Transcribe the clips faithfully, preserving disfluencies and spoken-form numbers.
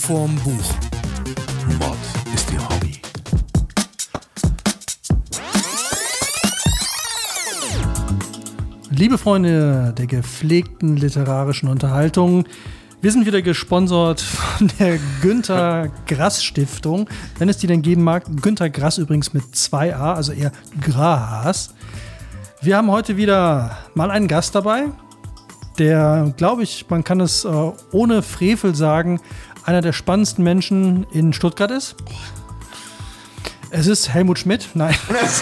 vorm Buch. Mord ist ihr Hobby. Liebe Freunde der gepflegten literarischen Unterhaltung, wir sind wieder gesponsert von der Günter Grass Stiftung, wenn es die denn geben mag. Günter Grass übrigens mit zwei A, also eher Gras. Wir haben heute wieder mal einen Gast dabei, der, glaube ich, man kann es äh, ohne Frevel sagen, einer der spannendsten Menschen in Stuttgart ist. Es ist Helmut Schmidt, nein.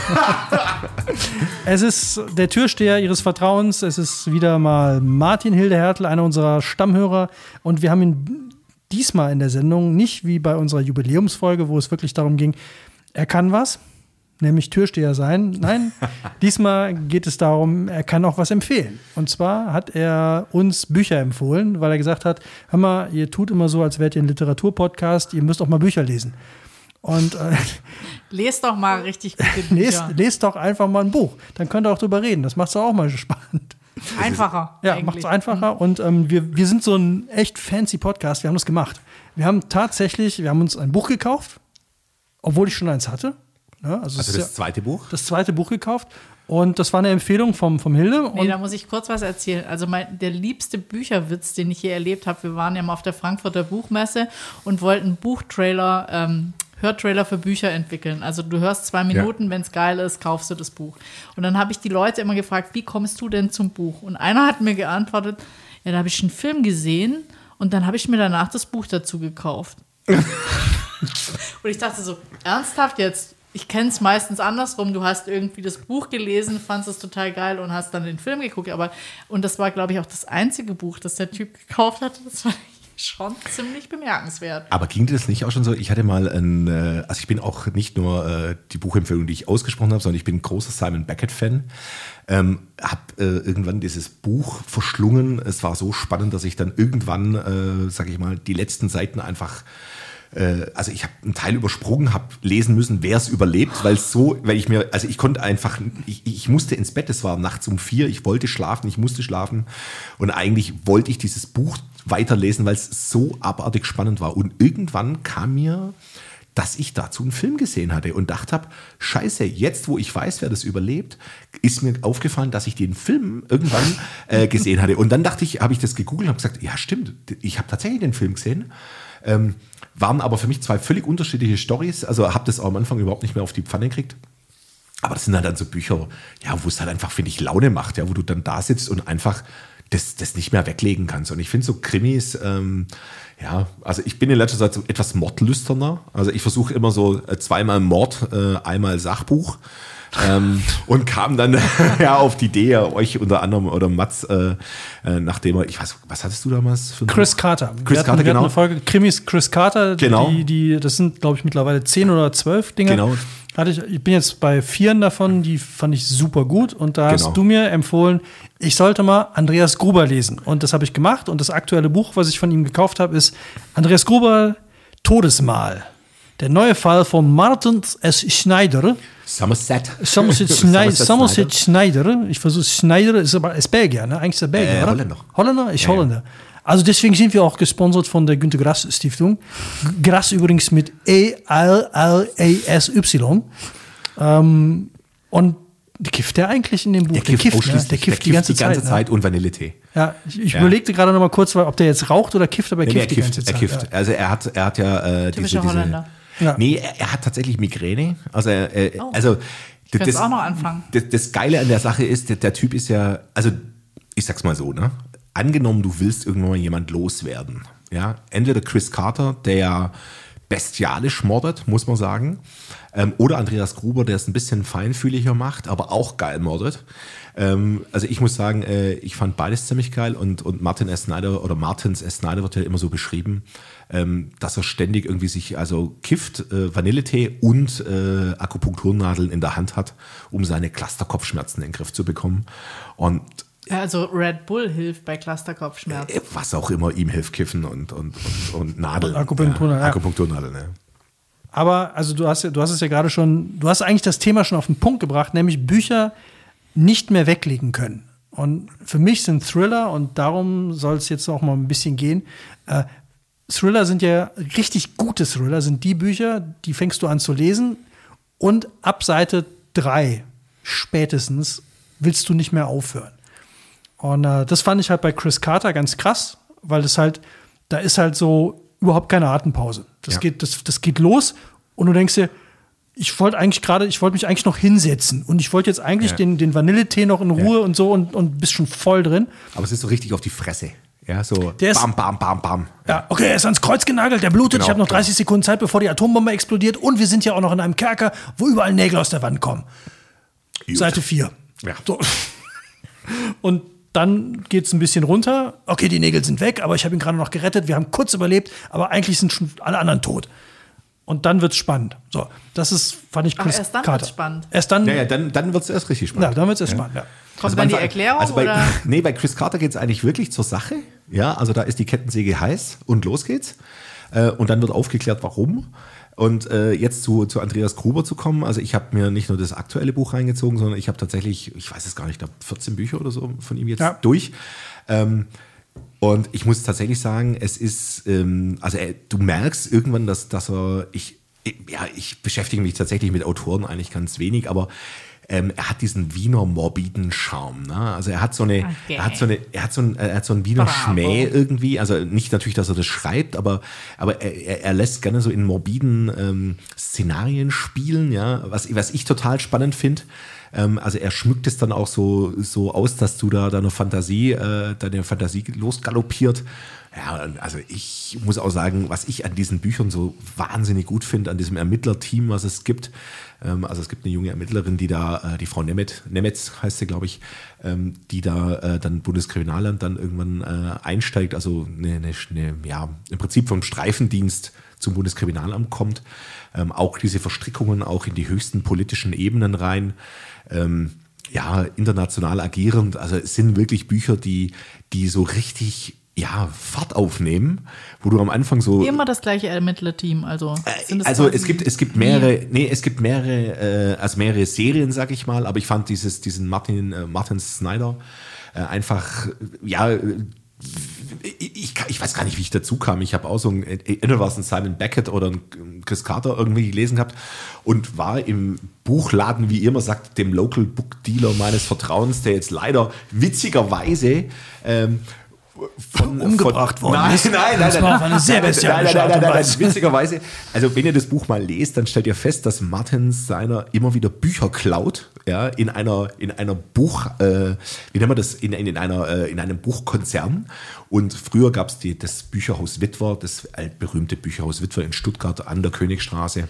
Es ist der Türsteher Ihres Vertrauens. Es ist wieder mal Martin Hildehertel, einer unserer Stammhörer. Und wir haben ihn diesmal in der Sendung nicht wie bei unserer Jubiläumsfolge, wo es wirklich darum ging, er kann was, nämlich Türsteher sein. Nein, diesmal geht es darum, er kann auch was empfehlen. Und zwar hat er uns Bücher empfohlen, weil er gesagt hat, hör mal, ihr tut immer so, als wärt ihr ein Literaturpodcast, ihr müsst auch mal Bücher lesen. Und äh, lest doch mal richtig gute Bücher. lest, lest doch einfach mal ein Buch. Dann könnt ihr auch drüber reden. Das macht es auch mal spannend. Einfacher. Ja, macht es einfacher. Und ähm, wir, wir sind so ein echt fancy Podcast. Wir haben das gemacht. Wir haben tatsächlich, wir haben uns ein Buch gekauft, obwohl ich schon eins hatte. Ja, also, Also das ja, zweite Buch? Das zweite Buch gekauft. Und das war eine Empfehlung vom, vom Hilde. Nee, und da muss ich kurz was erzählen. Also mein, der liebste Bücherwitz, den ich je erlebt habe, wir waren ja mal auf der Frankfurter Buchmesse und wollten Buchtrailer, ähm, Hörtrailer für Bücher entwickeln. Also du hörst zwei Minuten, ja. Wenn es geil ist, kaufst du das Buch. Und dann habe ich die Leute immer gefragt, wie kommst du denn zum Buch? Und einer hat mir geantwortet, ja, da habe ich einen Film gesehen und dann habe ich mir danach das Buch dazu gekauft. Und ich dachte so, ernsthaft jetzt? Ich kenne es meistens andersrum. Du hast irgendwie das Buch gelesen, fandest es total geil und hast dann den Film geguckt. Aber, und das war, glaube ich, auch das einzige Buch, das der Typ gekauft hatte. Das war schon ziemlich bemerkenswert. Aber ging das nicht auch schon so? Ich hatte mal ein, also ich bin auch nicht nur äh, die Buchempfehlung, die ich ausgesprochen habe, sondern ich bin ein großer Simon Beckett-Fan. Ähm, hab äh, irgendwann dieses Buch verschlungen. Es war so spannend, dass ich dann irgendwann, äh, sag ich mal, die letzten Seiten einfach also ich habe einen Teil übersprungen, habe lesen müssen, wer es überlebt, weil es so, weil ich mir, also ich konnte einfach, ich, ich musste ins Bett, es war nachts um vier, ich wollte schlafen, ich musste schlafen und eigentlich wollte ich dieses Buch weiterlesen, weil es so abartig spannend war und irgendwann kam mir, dass ich dazu einen Film gesehen hatte und dachte habe, scheiße, jetzt wo ich weiß, wer das überlebt, ist mir aufgefallen, dass ich den Film irgendwann äh, gesehen hatte und dann dachte ich, habe ich das gegoogelt und habe gesagt, ja stimmt, ich habe tatsächlich den Film gesehen, ähm, waren aber für mich zwei völlig unterschiedliche Storys. Also habe das auch am Anfang überhaupt nicht mehr auf die Pfanne gekriegt. Aber das sind halt dann so Bücher, ja, wo es halt einfach, finde ich, Laune macht, ja, wo du dann da sitzt und einfach das, das nicht mehr weglegen kannst. Und ich finde so Krimis, ähm, ja, also ich bin in letzter Zeit so etwas mordlüsterner. Also ich versuche immer so äh, zweimal Mord, äh, einmal Sachbuch. ähm, und kam dann ja auf die Idee, euch unter anderem oder Mats, äh, äh, nachdem er, ich weiß, was hattest du damals für ein Chris Carter. Chris wir Carter, hatten, wir genau. hatten eine Folge Krimis Chris Carter, genau. die, die, das sind, glaube ich, mittlerweile zehn oder zwölf Dinge. Genau. Hatte ich, ich bin jetzt bei vieren davon, die fand ich super gut. Und da Genau. hast du mir empfohlen, ich sollte mal Andreas Gruber lesen. Und das habe ich gemacht. Und das aktuelle Buch, was ich von ihm gekauft habe, ist Andreas Gruber, Todesmahl. Der neue Fall von Martin S. Schneider. Somerset. Somerset, Schneider, Somerset Schneider. Ich versuche, Schneider ist aber ist Belgier, ne? Eigentlich ist er Belgier, äh, oder? Holländer. Holländer? Ich ja, Holländer. Ja. Also deswegen sind wir auch gesponsert von der Günter Grass Stiftung. Grass übrigens mit E L L A S Y. Ähm, und kifft der eigentlich in dem Buch? Der kifft, der kifft, ne? der kifft die ganze, die ganze Zeit, Zeit ne? und Vanilletee. Ja, ich, ich Ja. überlegte gerade noch mal kurz, ob der jetzt raucht oder kifft, aber er Nee, kifft nee, die er kifft, ganze er Zeit. kifft. Ja. Also er hat, er hat ja äh, diese, Typischer diese Holländer. Ja. Nee, er, er hat tatsächlich Migräne. Also, äh, Oh. also Ich könnte auch noch anfangen. Das, das Geile an der Sache ist, der, der Typ ist ja, also ich sag's mal so, ne? Angenommen, du willst irgendwann mal jemand loswerden. Ja, entweder Chris Carter, der ja bestialisch mordet, muss man sagen, ähm, oder Andreas Gruber, der es ein bisschen feinfühliger macht, aber auch geil mordet. Ähm, also ich muss sagen, äh, ich fand beides ziemlich geil und, und Martin S. Snyder oder Martins S. Snyder wird ja immer so beschrieben, ähm, dass er ständig irgendwie sich also kifft, äh, Vanilletee und äh, Akupunkturnadeln in der Hand hat, um seine Clusterkopfschmerzen in den Griff zu bekommen. Und Also Red Bull hilft bei Clusterkopfschmerzen. äh, was auch immer ihm hilft, Kiffen und, und, und, und Nadeln. Akupunkturnadeln, ja, ja. Akupunkturnadeln, ja. Aber also du hast, ja- du hast es ja gerade schon, du hast eigentlich das Thema schon auf den Punkt gebracht, nämlich Bücher nicht mehr weglegen können. Und für mich sind Thriller, und darum soll es jetzt auch mal ein bisschen gehen, äh, Thriller sind ja richtig gute Thriller, sind die Bücher, die fängst du an zu lesen und ab Seite drei spätestens willst du nicht mehr aufhören. Und äh, das fand ich halt bei Chris Carter ganz krass, weil das halt, da ist halt so überhaupt keine Atempause. Das, Ja. geht, das, das geht los und du denkst dir, ich wollte eigentlich gerade, ich wollte mich eigentlich noch hinsetzen und ich wollte jetzt eigentlich Ja. den, den Vanilletee noch in Ruhe Ja. und so und, und bist schon voll drin. Aber es ist so richtig auf die Fresse. Ja, so Der ist- bam, bam, bam, bam. Ja, okay, er ist ans Kreuz genagelt, der blutet, Genau, ich habe noch genau. dreißig Sekunden Zeit, bevor die Atombombe explodiert und wir sind ja auch noch in einem Kerker, wo überall Nägel aus der Wand kommen. Gut. Seite vier. Ja. So. Und dann geht es ein bisschen runter. Okay, die Nägel sind weg, aber ich habe ihn gerade noch gerettet. Wir haben kurz überlebt, aber eigentlich sind schon alle anderen tot. Und dann wird's spannend. So, das ist, fand ich Ach, Chris erst dann Carter. wird's spannend. Erst dann, Ja, ja, ja, dann, dann wird es erst richtig spannend. dann wird's erst spannend, ja. Kommt Also dann die bei- Erklärung also bei, oder? Nee, bei Chris Carter geht es eigentlich wirklich zur Sache. Ja, also da ist die Kettensäge heiß und los geht's. Äh, und dann wird aufgeklärt, warum. Und äh, jetzt zu, zu Andreas Gruber zu kommen, also ich habe mir nicht nur das aktuelle Buch reingezogen, sondern ich habe tatsächlich, ich weiß es gar nicht, ich glaube vierzehn Bücher oder so von ihm jetzt Ja. durch. Ähm, und ich muss tatsächlich sagen, es ist, ähm, also er, du merkst irgendwann, dass, dass er, ich, ich, ja, ich beschäftige mich tatsächlich mit Autoren eigentlich ganz wenig, aber ähm, er hat diesen Wiener morbiden Charme. Ne? Also er hat so eine, Okay. er hat so eine, er hat so einen, er hat so einen Wiener Bravo. Schmäh irgendwie. Also nicht natürlich, dass er das schreibt, aber, aber er, er- er lässt gerne so in morbiden ähm, Szenarien spielen, ja, was, was ich total spannend finde. Ähm, also er schmückt es dann auch so, so aus, dass du da deine Fantasie, äh, deine Fantasie losgaloppiert. Ja, also ich muss auch sagen, was ich an diesen Büchern so wahnsinnig gut finde, an diesem Ermittlerteam, was es gibt. Ähm, also es gibt eine junge Ermittlerin, die da, äh, die Frau Nemet, Nemetz heißt sie, glaube ich, ähm, die da äh, dann Bundeskriminalamt dann irgendwann äh, einsteigt, also eine, eine, eine, ja, im Prinzip vom Streifendienst zum Bundeskriminalamt kommt. Ähm, auch diese Verstrickungen auch in die höchsten politischen Ebenen rein. Ähm, ja, international agierend. Also es sind wirklich Bücher, die, die so richtig ja, Fahrt aufnehmen, wo du am Anfang so. Immer das gleiche Ermittlerteam, also. sind Also quasi- es gibt, es gibt mehrere, nee, es gibt mehrere, äh, also mehrere Serien, sag ich mal, aber ich fand dieses, diesen Martin, äh, Martin Snyder äh, einfach, ja, äh, ich, ich weiß gar nicht, wie ich dazu kam. Ich habe auch so ein, entweder war es ein Simon Beckett oder ein Chris Carter irgendwie gelesen gehabt und war im Buchladen, wie ihr immer sagt, dem Local Book Dealer meines Vertrauens, der jetzt leider witzigerweise ähm, von, Umgebracht von, worden nein, ist. Nein, nein, nein, Das war nein, auf eine sehr nein, nein, bestialische nein, Art nein, und nein, nein, Weise. witzigerweise, also wenn ihr das Buch mal lest, dann stellt ihr fest, dass Martin Seiner immer wieder Bücher klaut, ja, in einer, in einer Buch, äh, wie nennt man das, in, in, einer, äh, in einem Buchkonzern. Und früher gab es das Bücherhaus Witwer, das altberühmte Bücherhaus Witwer in Stuttgart an der Königstraße.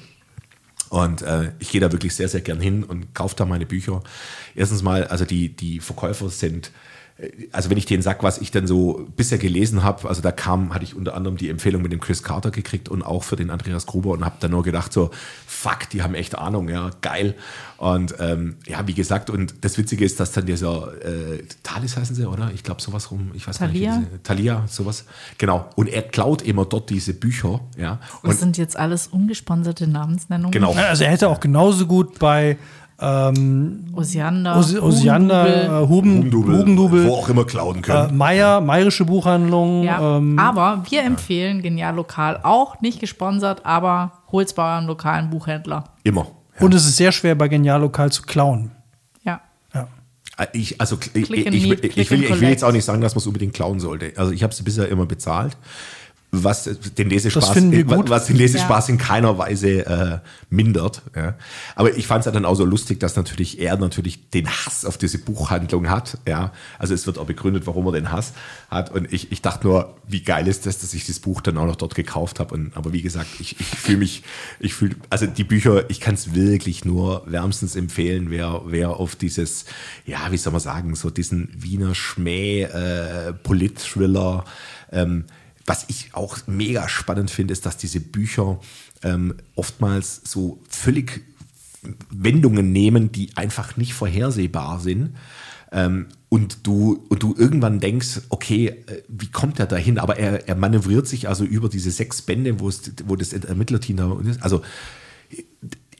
Und äh, ich gehe da wirklich sehr, sehr gern hin und kaufe da meine Bücher. Erstens mal, also die, die Verkäufer sind, also wenn ich denen sage, was ich dann so bisher gelesen habe, also da kam, hatte ich unter anderem die Empfehlung mit dem Chris Carter gekriegt und auch für den Andreas Gruber und habe dann nur gedacht so, fuck, die haben echt Ahnung, ja, geil. Und ähm, ja, wie gesagt, und das Witzige ist, dass dann dieser äh, Thalys heißen sie, oder? Ich glaube sowas rum, ich weiß Thalia? gar nicht. Wie diese, Thalia, sowas. Genau. Und er klaut immer dort diese Bücher, ja. Das Und sind jetzt alles ungesponserte Namensnennungen. genau. Also er hätte auch genauso gut bei ähm, Osiander. Os Osiander, äh, Huben, Hugendubel, Hugendubel, wo auch immer klauen können. äh, Meier, Meirische Buchhandlung. Ja, Ähm, aber wir empfehlen Genial Lokal auch, nicht gesponsert, aber holt's bei eurem lokalen Buchhändler. Immer. Und es ist sehr schwer, bei Genial Lokal zu klauen. Ja. Ja. Ich, also, ich, Click ich, and ich, meet, ich, click will, and ich will collect. jetzt auch nicht sagen, dass man es unbedingt klauen sollte. Also ich habe es bisher immer bezahlt, was den Lesespaß, Das finden wir gut. was den Lesespaß in keiner Weise äh, mindert. Ja. Aber ich fand es ja dann auch so lustig, dass natürlich er natürlich den Hass auf diese Buchhandlung hat. Ja. Also es wird auch begründet, warum er den Hass hat. Und ich, ich dachte nur, wie geil ist das, dass ich das Buch dann auch noch dort gekauft habe. Und, aber wie gesagt, ich, ich fühle mich, ich fühle, also die Bücher, ich kann es wirklich nur wärmstens empfehlen, wer, wer auf dieses, ja, wie soll man sagen, so diesen Wiener Schmäh, äh, Polit-Thriller, ähm, was ich auch mega spannend finde, ist, dass diese Bücher ähm, oftmals so völlig Wendungen nehmen, die einfach nicht vorhersehbar sind. Ähm, und du, und du irgendwann denkst, okay, äh, wie kommt er dahin? Aber er, er manövriert sich also über diese sechs Bände, wo, es, wo das Ermittlerteam da ist. Also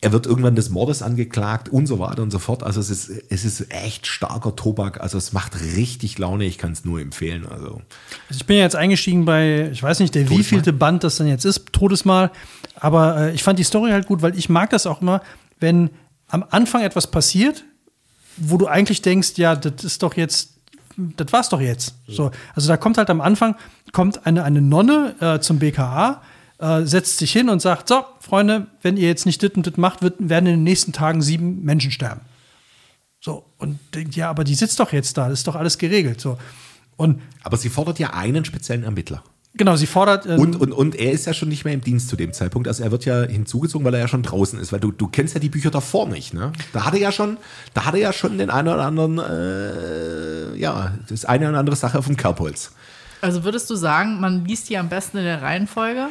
er wird irgendwann des Mordes angeklagt und so weiter und so fort. Also es ist, es ist echt starker Tobak. Also es macht richtig Laune. Ich kann es nur empfehlen. Also, also ich bin ja jetzt eingestiegen bei, ich weiß nicht, der Todesmal? wievielte Band das dann jetzt ist, Todesmal. Aber äh, ich fand die Story halt gut, weil ich mag das auch immer, wenn am Anfang etwas passiert, wo du eigentlich denkst, ja, das ist doch jetzt, das war's doch jetzt. So, also da kommt halt am Anfang, kommt eine, eine Nonne äh, zum B K A, äh, setzt sich hin und sagt, so, Freunde, wenn ihr jetzt nicht dit und dit macht, wird, werden in den nächsten Tagen sieben Menschen sterben. So, und denkt, ja, aber die sitzt doch jetzt da, das ist doch alles geregelt. So. Und aber sie fordert ja einen speziellen Ermittler. Genau, sie fordert. Ähm, und, und, und er ist ja schon nicht mehr im Dienst zu dem Zeitpunkt. Also er wird ja hinzugezogen, weil er ja schon draußen ist. Weil du, du kennst ja die Bücher davor nicht, ne? Da hat er ja schon, da hat er ja schon den einen oder anderen, äh, ja, das eine oder andere Sache auf dem Kerbholz. Also würdest du sagen, man liest die am besten in der Reihenfolge?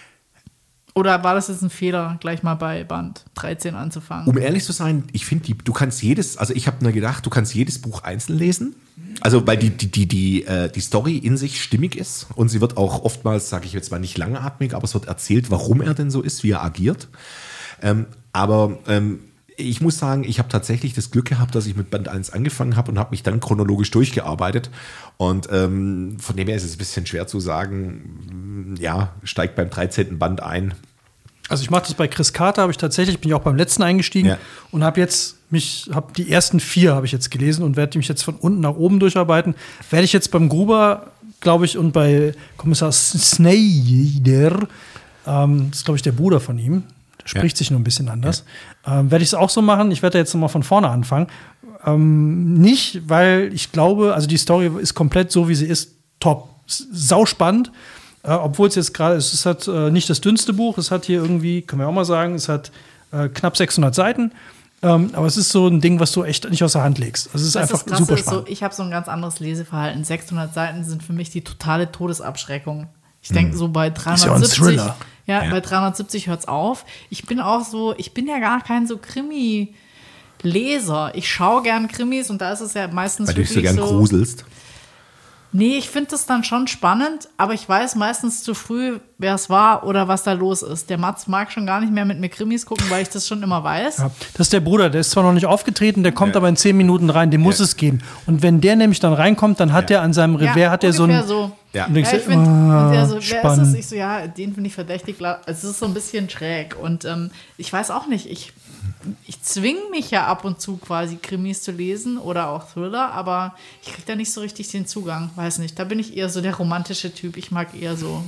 Oder war das jetzt ein Fehler, gleich mal bei Band dreizehn anzufangen? Um ehrlich zu sein, ich finde, du kannst jedes, also ich habe mir gedacht, du kannst jedes Buch einzeln lesen. Also weil die, die, die, die, äh, die Story in sich stimmig ist und sie wird auch oftmals, sage ich jetzt mal nicht langatmig, aber es wird erzählt, warum er denn so ist, wie er agiert. Ähm, aber ähm, ich muss sagen, ich habe tatsächlich das Glück gehabt, dass ich mit Band eins angefangen habe und habe mich dann chronologisch durchgearbeitet. Und ähm, von dem her ist es ein bisschen schwer zu sagen, ja, steigt beim dreizehnten Band ein. Also ich mache das bei Chris Carter, habe ich tatsächlich, bin ich auch beim letzten eingestiegen ja. und habe jetzt mich, habe die ersten vier habe ich jetzt gelesen und werde mich jetzt von unten nach oben durcharbeiten. Werde ich jetzt beim Gruber, glaube ich, und bei Kommissar Snyder, ähm, das ist, glaube ich, der Bruder von ihm, der spricht ja. sich nur ein bisschen anders, ja. ähm, werde ich es auch so machen. Ich werde jetzt nochmal von vorne anfangen. Ähm, nicht, weil ich glaube, also die Story ist komplett so, wie sie ist, top. Sauspannend. Äh, Obwohl es jetzt gerade ist, es hat äh, nicht das dünnste Buch, es hat hier irgendwie, können wir auch mal sagen, es hat äh, knapp sechshundert Seiten. Ähm, aber es ist so ein Ding, was du echt nicht aus der Hand legst. Also es ist das einfach ist super spannend. So, ich habe so ein ganz anderes Leseverhalten. sechshundert Seiten sind für mich die totale Todesabschreckung. Ich denke, so bei dreihundertsiebzig, ja, ja, ja. bei dreihundertsiebzig hört es auf. Ich bin auch so, ich bin ja gar kein so Krimi-Leser. Ich schaue gern Krimis und da ist es ja meistens weil du dich so gern so, gruselst. Nee, ich finde das dann schon spannend, aber ich weiß meistens zu früh, wer es war oder was da los ist. Der Mats mag schon gar nicht mehr mit mir Krimis gucken, weil ich das schon immer weiß. Ja, das ist der Bruder, der ist zwar noch nicht aufgetreten, der kommt ja. aber in zehn Minuten rein, dem muss ja. es geben. Und wenn der nämlich dann reinkommt, dann hat ja. der an seinem Revers, ja, hat der so ein... so. Ja. Und ja, ich finde, oh, der so, wer spannend. ist es? Ich so, ja, den finde ich verdächtig. Es ist so ein bisschen schräg und ähm, ich weiß auch nicht, ich... Ich zwinge mich ja ab und zu quasi Krimis zu lesen oder auch Thriller, aber ich kriege da nicht so richtig den Zugang. Weiß nicht, da bin ich eher so der romantische Typ. Ich mag eher so.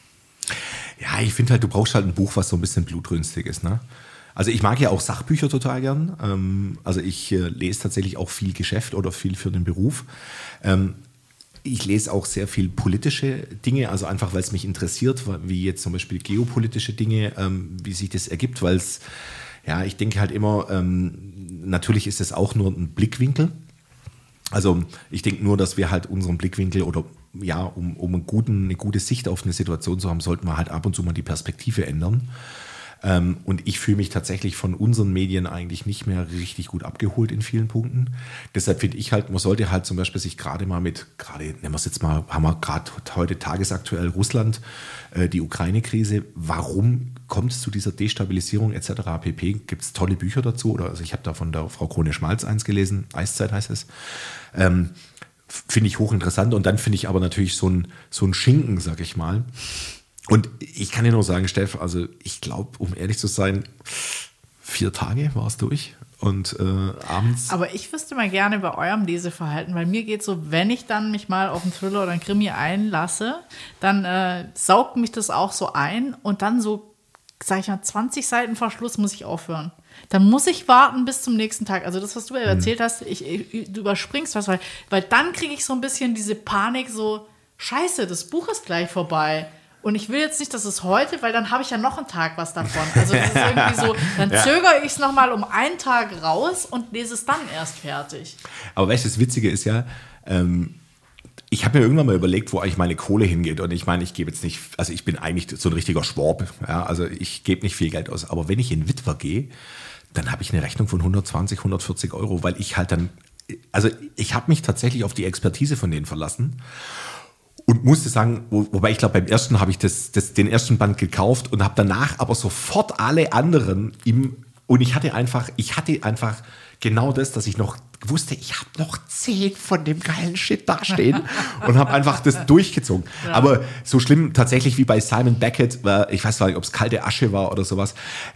Ja, ich finde halt, du brauchst halt ein Buch, was so ein bisschen blutrünstig ist, ne? Also ich mag ja auch Sachbücher total gern. Ähm, also ich äh, lese tatsächlich auch viel Geschäft oder viel für den Beruf. Ähm, Ich lese auch sehr viel politische Dinge, also einfach, weil es mich interessiert, wie jetzt zum Beispiel geopolitische Dinge, ähm, wie sich das ergibt, weil es Ja, ich denke halt immer, ähm, natürlich ist es auch nur ein Blickwinkel. Also ich denke nur, dass wir halt unseren Blickwinkel oder ja, um, um einen guten, eine gute Sicht auf eine Situation zu haben, sollten wir halt ab und zu mal die Perspektive ändern. Ähm, und ich fühle mich tatsächlich von unseren Medien eigentlich nicht mehr richtig gut abgeholt in vielen Punkten. Deshalb finde ich halt, man sollte halt zum Beispiel sich gerade mal mit, gerade nehmen wir es jetzt mal, haben wir gerade heute tagesaktuell Russland, äh, die Ukraine-Krise, warum kommt es zu dieser Destabilisierung et cetera pp. Gibt es tolle Bücher dazu, oder also ich habe da von der Frau Krone-Schmalz eins gelesen, Eiszeit heißt es. Ähm, finde ich hochinteressant und dann finde ich aber natürlich so ein, so ein Schinken, sag ich mal. Und ich kann dir nur sagen, Steff, also ich glaube, um ehrlich zu sein, vier Tage war es durch und äh, abends. Aber ich wüsste mal gerne bei eurem Leseverhalten, weil mir geht so, wenn ich dann mich mal auf einen Thriller oder einen Krimi einlasse, dann äh, saugt mich das auch so ein und dann so, sag ich mal, zwanzig Seiten vor Schluss muss ich aufhören. Dann muss ich warten bis zum nächsten Tag. Also das, was du erzählt hm. hast, ich, ich, du überspringst was, weil, weil dann kriege ich so ein bisschen diese Panik, so, scheiße, das Buch ist gleich vorbei. Und ich will jetzt nicht, dass es heute, weil dann habe ich ja noch einen Tag was davon. Also das ist irgendwie so, dann ja. zögere ich es nochmal um einen Tag raus und lese es dann erst fertig. Aber weißt du, das Witzige ist ja, ähm, ich habe mir irgendwann mal überlegt, wo eigentlich meine Kohle hingeht. Und ich meine, ich gebe jetzt nicht, also ich bin eigentlich so ein richtiger Schwab. Ja, also ich gebe nicht viel Geld aus. Aber wenn ich in Witwer gehe, dann habe ich eine Rechnung von hundertzwanzig, hundertvierzig Euro, weil ich halt dann, also ich habe mich tatsächlich auf die Expertise von denen verlassen. Und musste sagen, wo, wobei ich glaube, beim ersten habe ich das, das, den ersten Band gekauft und habe danach aber sofort alle anderen im Und ich hatte einfach, ich hatte einfach genau das, dass ich noch wusste, ich habe noch zehn von dem geilen Shit dastehen und habe einfach das durchgezogen. Ja. Aber so schlimm tatsächlich wie bei Simon Beckett, ich weiß nicht, ob es kalte Asche war oder sowas.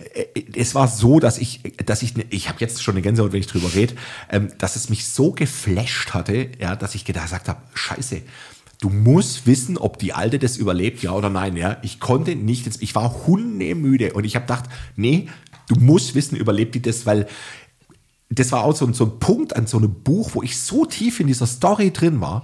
Es war so, dass ich, dass ich, ich habe jetzt schon eine Gänsehaut, wenn ich drüber rede, dass es mich so geflasht hatte, ja, dass ich gesagt habe, Scheiße. Du musst wissen, ob die Alte das überlebt, ja oder nein. Ja, ich konnte nicht, ich war hundemüde und ich habe gedacht, nee, du musst wissen, überlebt die das, weil das war auch so, so ein Punkt an so einem Buch, wo ich so tief in dieser Story drin war.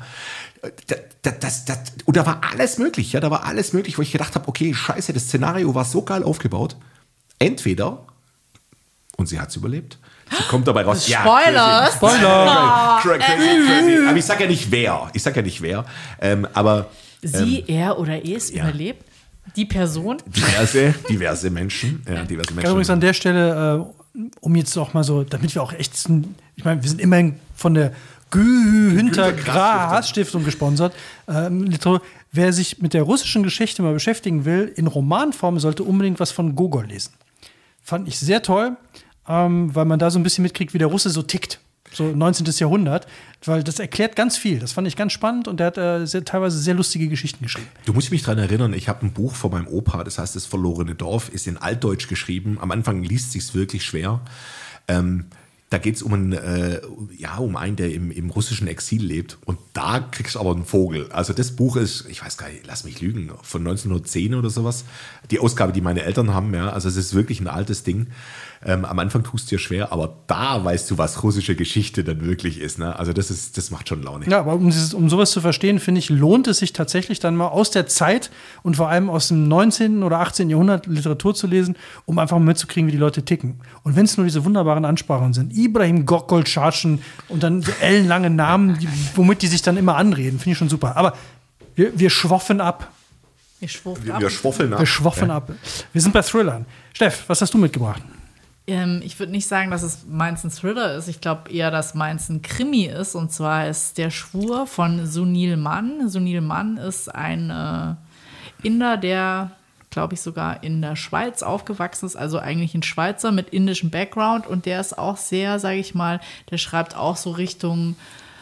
Das, das, das, und da war alles möglich, ja, da war alles möglich, wo ich gedacht habe, okay, scheiße, das Szenario war so geil aufgebaut. Entweder, und sie hat es überlebt, sie kommt dabei raus. Spoiler! Ja, Spoiler! Crazy, crazy, crazy. Aber ich sag ja nicht wer. Ich sag ja nicht wer. Ähm, aber sie, ähm, er oder es ja. überlebt? Die Person? Diverse, diverse Menschen. Ja, diverse Menschen. Ich übrigens an der Stelle, äh, um jetzt auch mal so, damit wir auch echt, ich meine, wir sind immerhin von der Günter Grass Stiftung gesponsert. Ähm, wer sich mit der russischen Geschichte mal beschäftigen will, in Romanform sollte unbedingt was von Gogol lesen. Fand ich sehr toll. Ähm, weil man da so ein bisschen mitkriegt, wie der Russe so tickt. So neunzehnten. Jahrhundert. Weil das erklärt ganz viel. Das fand ich ganz spannend und der hat äh, sehr, teilweise sehr lustige Geschichten geschrieben. Du musst mich daran erinnern, ich habe ein Buch von meinem Opa, das heißt Das verlorene Dorf, ist in Altdeutsch geschrieben. Am Anfang liest sich's wirklich schwer. Ähm, Da geht es um einen, äh, ja, um einen, der im, im russischen Exil lebt. Und da kriegst du aber einen Vogel. Also das Buch ist, ich weiß gar nicht, lass mich lügen, von neunzehnhundertzehn oder sowas. Die Ausgabe, die meine Eltern haben, ja. Also es ist wirklich ein altes Ding. Ähm, am Anfang tust du dir schwer, aber da weißt du, was russische Geschichte dann wirklich ist. Ne? Also das ist, das macht schon Laune. Ja, aber um, dieses, um sowas zu verstehen, finde ich, lohnt es sich tatsächlich dann mal aus der Zeit und vor allem aus dem neunzehnten oder achtzehnten. Jahrhundert Literatur zu lesen, um einfach mal mitzukriegen, wie die Leute ticken. Und wenn es nur diese wunderbaren Ansprachen sind, Ibrahim Gogol Tschatschen und dann so ellenlange Namen, die, womit die sich dann immer anreden, finde ich schon super. Aber wir, wir schwoffen ab. Wir schwoffeln wir, ab. Wir schwoffeln ab. Wir schwoffen ja. ab. Wir sind bei Thrillern. Steff, was hast du mitgebracht? Ähm, ich würde nicht sagen, dass es meins ein Thriller ist. Ich glaube eher, dass meins ein Krimi ist. Und zwar ist Der Schwur von Sunil Mann. Sunil Mann ist ein äh, Inder, der, glaube ich, sogar in der Schweiz aufgewachsen ist. Also eigentlich ein Schweizer mit indischem Background. Und der ist auch sehr, sage ich mal, der schreibt auch so Richtung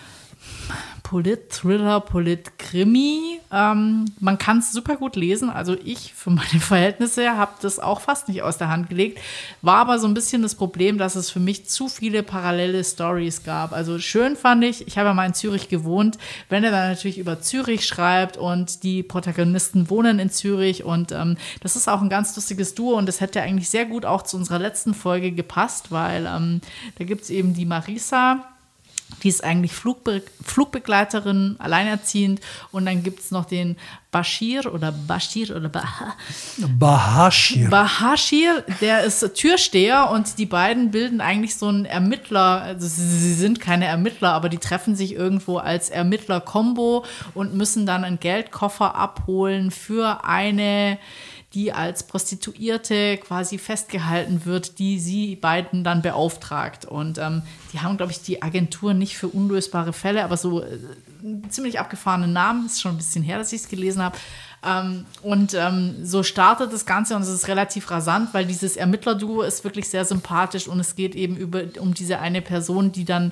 Polit-Thriller, Polit-Krimi. Ähm, man kann es super gut lesen. Also ich, für meine Verhältnisse, habe das auch fast nicht aus der Hand gelegt. War aber so ein bisschen das Problem, dass es für mich zu viele parallele Stories gab. Also schön fand ich, ich habe ja mal in Zürich gewohnt, wenn er dann natürlich über Zürich schreibt und die Protagonisten wohnen in Zürich und ähm, das ist auch ein ganz lustiges Duo und das hätte eigentlich sehr gut auch zu unserer letzten Folge gepasst, weil ähm, da gibt es eben die Marisa. Die ist eigentlich Flugbe- Flugbegleiterin, alleinerziehend. Und dann gibt es noch den Bashir oder Bashir oder bah- Bahashir. Bahashir, der ist Türsteher und die beiden bilden eigentlich so einen Ermittler. Also sie, sie sind keine Ermittler, aber die treffen sich irgendwo als Ermittler-Kombo und müssen dann einen Geldkoffer abholen für eine, die als Prostituierte quasi festgehalten wird, die sie beiden dann beauftragt. Und ähm, die haben, glaube ich, die Agentur nicht für unlösbare Fälle, aber so äh, ziemlich abgefahrenen Namen. Ist schon ein bisschen her, dass ich es gelesen habe. Ähm, und ähm, so startet das Ganze und es ist relativ rasant, weil dieses Ermittlerduo ist wirklich sehr sympathisch und es geht eben über, um diese eine Person, die dann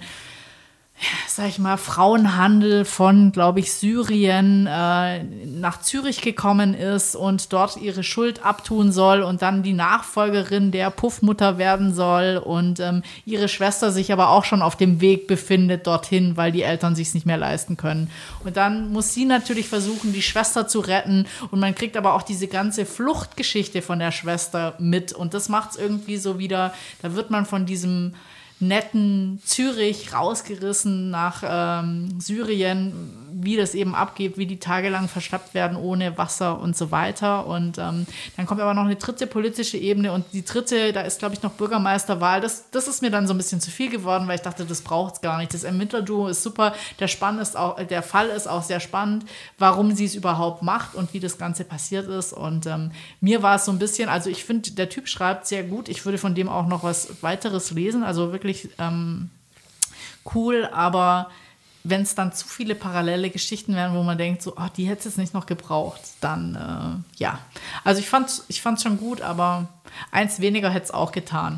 sag ich mal, Frauenhandel von, glaube ich, Syrien äh, nach Zürich gekommen ist und dort ihre Schuld abtun soll und dann die Nachfolgerin der Puffmutter werden soll und ähm, ihre Schwester sich aber auch schon auf dem Weg befindet dorthin, weil die Eltern sich es nicht mehr leisten können. Und dann muss sie natürlich versuchen, die Schwester zu retten und man kriegt aber auch diese ganze Fluchtgeschichte von der Schwester mit und das macht es irgendwie so wieder, da wird man von diesem netten Zürich rausgerissen nach ähm, Syrien, wie das eben abgeht, wie die tagelang verschleppt werden ohne Wasser und so weiter. Und ähm, dann kommt aber noch eine dritte politische Ebene und die dritte, da ist, glaube ich, noch Bürgermeisterwahl. Das, das ist mir dann so ein bisschen zu viel geworden, weil ich dachte, das braucht es gar nicht. Das Ermittlerduo ist super, der, Spann ist auch, der Fall ist auch sehr spannend, warum sie es überhaupt macht und wie das Ganze passiert ist. Und ähm, mir war es so ein bisschen, also ich finde, der Typ schreibt sehr gut. Ich würde von dem auch noch was weiteres lesen, also wirklich ähm, cool, aber wenn es dann zu viele parallele Geschichten werden, wo man denkt, so, oh, die hätte es nicht noch gebraucht, dann äh, ja. Also ich fand es ich fand's schon gut, aber eins weniger hätte es auch getan.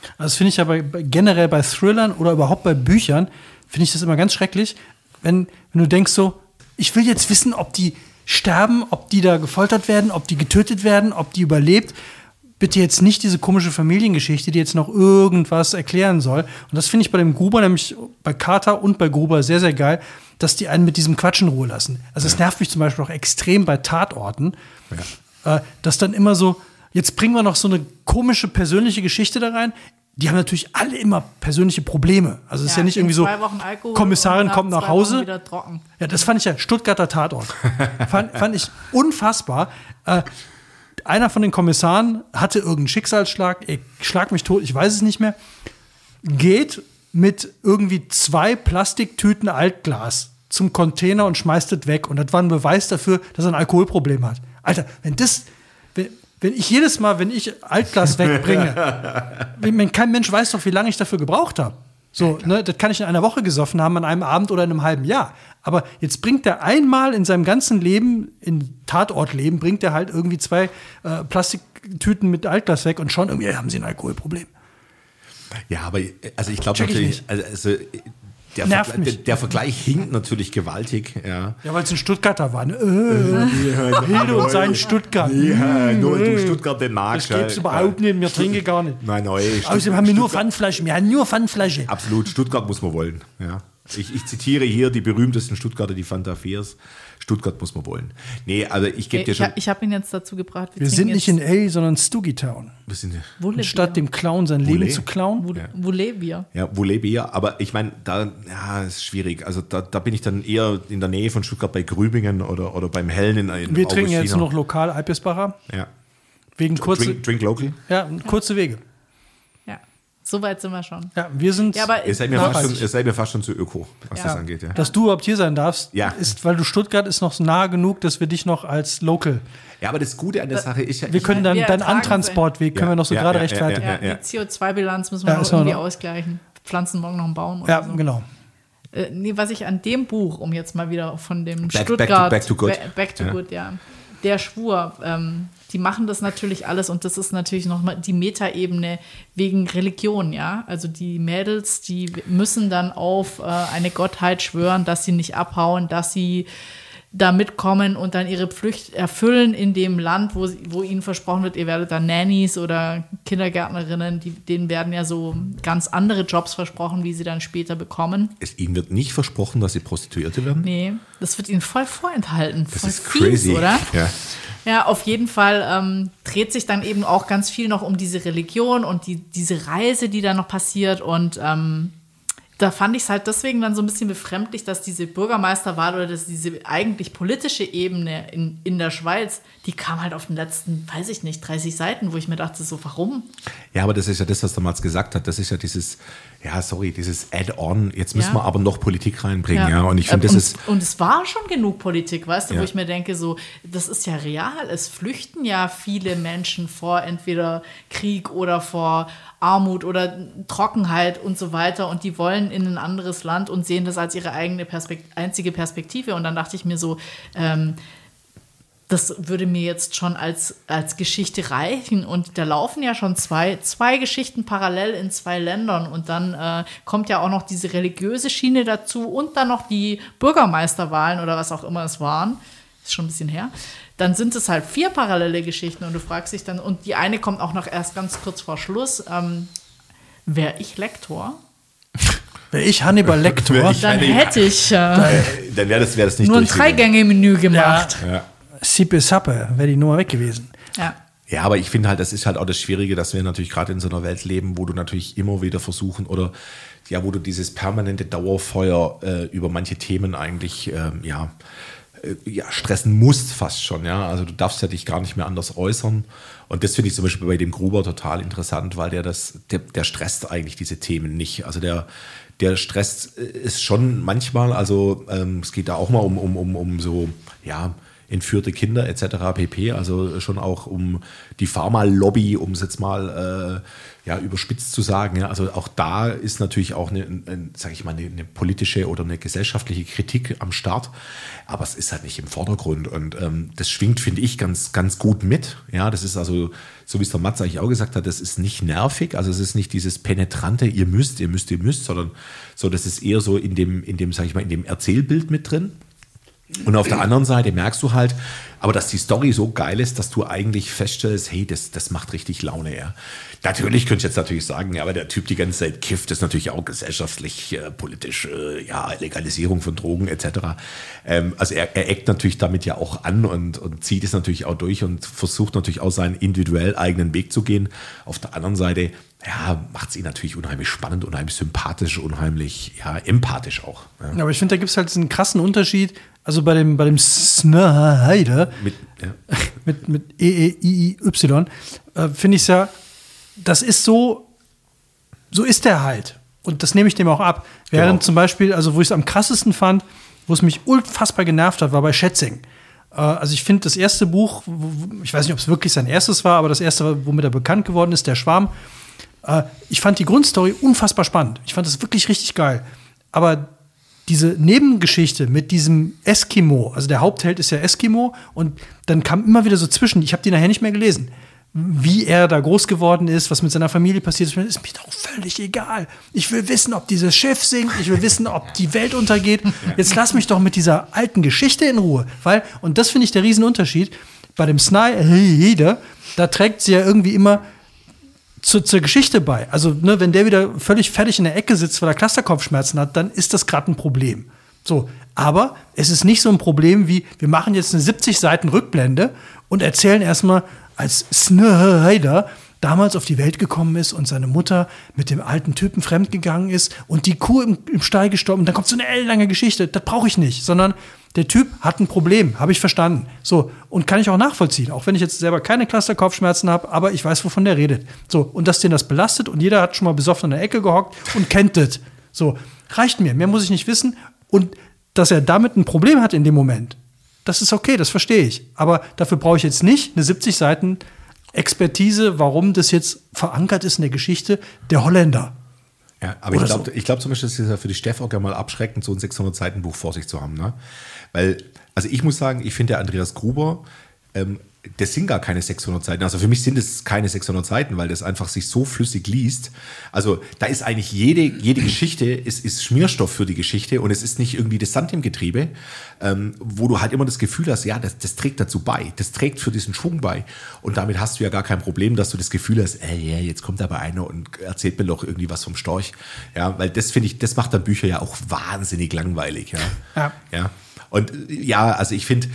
Also das finde ich ja bei, bei, generell bei Thrillern oder überhaupt bei Büchern, finde ich das immer ganz schrecklich, wenn, wenn du denkst so, ich will jetzt wissen, ob die sterben, ob die da gefoltert werden, ob die getötet werden, ob die überlebt. Bitte jetzt nicht diese komische Familiengeschichte, die jetzt noch irgendwas erklären soll. Und das finde ich bei dem Gruber, nämlich bei Carter und bei Gruber sehr, sehr geil, dass die einen mit diesem Quatsch in Ruhe lassen. Also es ja. nervt mich zum Beispiel auch extrem bei Tatorten, ja. äh, dass dann immer so, jetzt bringen wir noch so eine komische persönliche Geschichte da rein. Die haben natürlich alle immer persönliche Probleme. Also es ja, ist ja nicht irgendwie so, Kommissarin kommt nach Hause. Ja, das fand ich ja, Stuttgarter Tatort. fand, fand ich unfassbar. Äh, einer von den Kommissaren hatte irgendeinen Schicksalsschlag, ich schlag mich tot, ich weiß es nicht mehr, geht mit irgendwie zwei Plastiktüten Altglas zum Container und schmeißt es weg. Und das war ein Beweis dafür, dass er ein Alkoholproblem hat. Alter, wenn das... Wenn, Wenn ich jedes Mal, wenn ich Altglas wegbringe, wenn kein Mensch weiß doch, wie lange ich dafür gebraucht habe. So, ne, das kann ich in einer Woche gesoffen haben, an einem Abend oder in einem halben Jahr. Aber jetzt bringt er einmal in seinem ganzen Leben, in Tatortleben, bringt er halt irgendwie zwei äh, Plastiktüten mit Altglas weg und schon irgendwie haben sie ein Alkoholproblem. Ja, aber also ich glaube natürlich, also, also Der, Vergle- der, der Vergleich hinkt natürlich gewaltig. Ja, ja weil es ein Stuttgarter war. Ne? Äh, ja, Hilde und sein Stuttgart. Ja, nur du Stuttgart, den magst. Das gibt's überhaupt nicht, wir trinken gar nicht. Nein, nein. Außerdem haben wir nur Pfandflaschen, wir haben nur Pfandflaschen. Absolut, Stuttgart muss man wollen. Ja. Ich, ich zitiere hier die berühmtesten Stuttgarter, die Fanta Fairs. Stuttgart muss man wollen. Nee, also ich gebe dir schon... Ich habe ihn jetzt dazu gebracht. Wir, wir sind nicht in L A, sondern Stugitown. Wir sind Statt dem Clown sein Leben Voulez. zu klauen. Wo, ja. wo leben wir? Ja, wo lebe ich? Aber ich meine, da ja, ist schwierig. Also da, da bin ich dann eher in der Nähe von Stuttgart bei Grübingen oder, oder beim Hellen in, in Wir trinken jetzt noch lokal Alpesbacher. Ja. Wegen kurze, drink, drink local? Ja, kurze ja. Wege. So weit sind wir schon. Ja, wir sind. Ja, aber ihr, seid mir fast schon, ihr seid mir fast schon zu öko, was ja. das angeht. Ja. Dass du überhaupt hier sein darfst, ja. ist, weil du Stuttgart ist noch nah genug, dass wir dich noch als Local. Ja, aber das Gute an der Sache ist ja. Wir können dann wir deinen Antransportweg können ja, wir noch so ja, gerade ja, rechtfertigen. ja, ja, ja. Die C O zwei Bilanz müssen wir ja, noch irgendwie noch. ausgleichen. Pflanzen morgen noch einen Baum oder Ja, so. genau. Äh, nee, was ich an dem Buch, um jetzt mal wieder von dem Back, Stuttgart Back to, back to Good, Back, back to ja. good ja. Der Schwur, ähm, die machen das natürlich alles und das ist natürlich nochmal die Metaebene wegen Religion, ja. Also die Mädels, die müssen dann auf äh, eine Gottheit schwören, dass sie nicht abhauen, dass sie da mitkommen und dann ihre Pflicht erfüllen in dem Land, wo, sie, wo ihnen versprochen wird, ihr werdet dann Nannies oder Kindergärtnerinnen, die, denen werden ja so ganz andere Jobs versprochen, wie sie dann später bekommen. Es, ihnen wird nicht versprochen, dass sie Prostituierte werden? Nee, das wird ihnen voll vorenthalten. Das voll ist fies, crazy, oder? Ja. Ja, auf jeden Fall ähm, dreht sich dann eben auch ganz viel noch um diese Religion und die, diese Reise, die da noch passiert. Und ähm, da fand ich es halt deswegen dann so ein bisschen befremdlich, dass diese Bürgermeisterwahl oder dass diese eigentlich politische Ebene in, in der Schweiz, die kam halt auf den letzten, weiß ich nicht, dreißig Seiten, wo ich mir dachte, so, warum? Ja, aber das ist ja das, was damals gesagt hat. Das ist ja dieses, ja, sorry, dieses Add-on. Jetzt müssen Ja. wir aber noch Politik reinbringen. Ja. Ja. Und ich finde, und, das ist. Und es war schon genug Politik, weißt du, Ja. wo ich mir denke, so, das ist ja real. Es flüchten ja viele Menschen vor entweder Krieg oder vor Armut oder Trockenheit und so weiter. Und die wollen in ein anderes Land und sehen das als ihre eigene Perspekt- einzige Perspektive. Und dann dachte ich mir so, ähm, das würde mir jetzt schon als, als Geschichte reichen. Und da laufen ja schon zwei, zwei Geschichten parallel in zwei Ländern. Und dann äh, kommt ja auch noch diese religiöse Schiene dazu und dann noch die Bürgermeisterwahlen oder was auch immer es waren. Ist schon ein bisschen her. Dann sind es halt vier parallele Geschichten und du fragst dich dann, und die eine kommt auch noch erst ganz kurz vor Schluss. Ähm, Wäre ich Lektor? Wäre ich Hannibal Lecter, Wär ich- Dann Eine- hätte ich äh, Dann wäre das, wär das nicht nur ein durchgegangen. Dreigänge-Menü gemacht. Ja. Sippe Sappe, wäre die Nummer weg gewesen. Ja. Ja, aber ich finde halt, das ist halt auch das Schwierige, dass wir natürlich gerade in so einer Welt leben, wo du natürlich immer wieder versuchen oder ja, wo du dieses permanente Dauerfeuer äh, über manche Themen eigentlich ähm, ja, äh, ja, stressen musst fast schon. Ja, also du darfst ja dich gar nicht mehr anders äußern. Und das finde ich zum Beispiel bei dem Gruber total interessant, weil der das, der, der stresst eigentlich diese Themen nicht. Also der, der stresst ist schon manchmal, also ähm, es geht da auch mal um, um, um, um so, ja, entführte Kinder et cetera pp. Also schon auch um die Pharma-Lobby, um es jetzt mal äh, ja, überspitzt zu sagen. Ja. Also auch da ist natürlich auch eine, eine sage ich mal, eine, eine politische oder eine gesellschaftliche Kritik am Start. Aber es ist halt nicht im Vordergrund. Und ähm, das schwingt, finde ich, ganz, ganz gut mit. Ja, das ist also, so wie es der Matze eigentlich auch gesagt hat, das ist nicht nervig. Also es ist nicht dieses penetrante, ihr müsst, ihr müsst, ihr müsst, sondern so, das ist eher so in dem, in dem, sag ich mal, in dem Erzählbild mit drin. Und auf der anderen Seite merkst du halt, aber dass die Story so geil ist, dass du eigentlich feststellst, hey, das, das macht richtig Laune, ja. Natürlich könnte ich jetzt natürlich sagen, ja, aber der Typ die ganze Zeit kifft, ist natürlich auch gesellschaftlich, äh, politisch, äh, ja, Legalisierung von Drogen et cetera. Ähm, also er, er eckt natürlich damit ja auch an und, und zieht es natürlich auch durch und versucht natürlich auch seinen individuell eigenen Weg zu gehen. Auf der anderen Seite, ja, macht es ihn natürlich unheimlich spannend, unheimlich sympathisch, unheimlich, ja, empathisch auch. Ja. Aber ich finde, da gibt es halt diesen krassen Unterschied. Also bei dem, bei dem Snyder Mit, ja. mit, mit E E I I Y äh, finde ich es ja, das ist so, so ist der halt. Und das nehme ich dem auch ab. Während Genau. zum Beispiel, also wo ich es am krassesten fand, wo es mich unfassbar genervt hat, war bei Schätzing. Äh, also ich finde das erste Buch, wo, ich weiß nicht, ob es wirklich sein erstes war, aber das erste, womit er bekannt geworden ist, Der Schwarm. Äh, ich fand die Grundstory unfassbar spannend. Ich fand das wirklich richtig geil. Aber diese Nebengeschichte mit diesem Eskimo, also der Hauptheld ist ja Eskimo und dann kam immer wieder so zwischen, ich habe die nachher nicht mehr gelesen, wie er da groß geworden ist, was mit seiner Familie passiert ist, ist mir doch völlig egal. Ich will wissen, ob dieses Schiff sinkt, ich will wissen, ob die Welt untergeht. Jetzt lass mich doch mit dieser alten Geschichte in Ruhe, weil, und das finde ich der Riesenunterschied, bei dem Snyder, da trägt sie ja irgendwie immer Zur, zur Geschichte bei. Also, ne, wenn der wieder völlig fertig in der Ecke sitzt, weil er Clusterkopfschmerzen hat, dann ist das gerade ein Problem. So, aber es ist nicht so ein Problem wie, wir machen jetzt eine siebzig Seiten Rückblende und erzählen erstmal, als Snyder damals auf die Welt gekommen ist und seine Mutter mit dem alten Typen fremdgegangen ist und die Kuh im, im Stall gestorben, dann kommt so eine ellenlange Geschichte. Das brauche ich nicht, sondern der Typ hat ein Problem, habe ich verstanden. So, und kann ich auch nachvollziehen, auch wenn ich jetzt selber keine Clusterkopfschmerzen habe, aber ich weiß, wovon der redet. So, und dass den das belastet und jeder hat schon mal besoffen in der Ecke gehockt und kennt das. So, reicht mir, mehr muss ich nicht wissen. Und dass er damit ein Problem hat in dem Moment, das ist okay, das verstehe ich. Aber dafür brauche ich jetzt nicht eine siebzig Seiten Expertise, warum das jetzt verankert ist in der Geschichte der Holländer. Ja, aber Oder ich glaube so. ich glaub zum Beispiel, es ist ja für die Steff auch ja mal abschreckend, so ein sechshundert Seiten Buch vor sich zu haben. Ne? Weil, also ich muss sagen, ich finde der Andreas Gruber, ähm, das sind gar keine sechshundert Seiten. Also für mich sind es keine sechshundert Seiten, weil das einfach sich so flüssig liest. Also da ist eigentlich jede, jede Geschichte ist, ist Schmierstoff für die Geschichte und es ist nicht irgendwie das Sand im Getriebe, ähm, wo du halt immer das Gefühl hast, ja, das, das trägt dazu bei. Das trägt für diesen Schwung bei. Und damit hast du ja gar kein Problem, dass du das Gefühl hast, ey, yeah, jetzt kommt aber einer und erzählt mir doch irgendwie was vom Storch. Ja, weil das finde ich, das macht dann Bücher ja auch wahnsinnig langweilig. Ja. Ja. Ja. Und ja, also ich finde,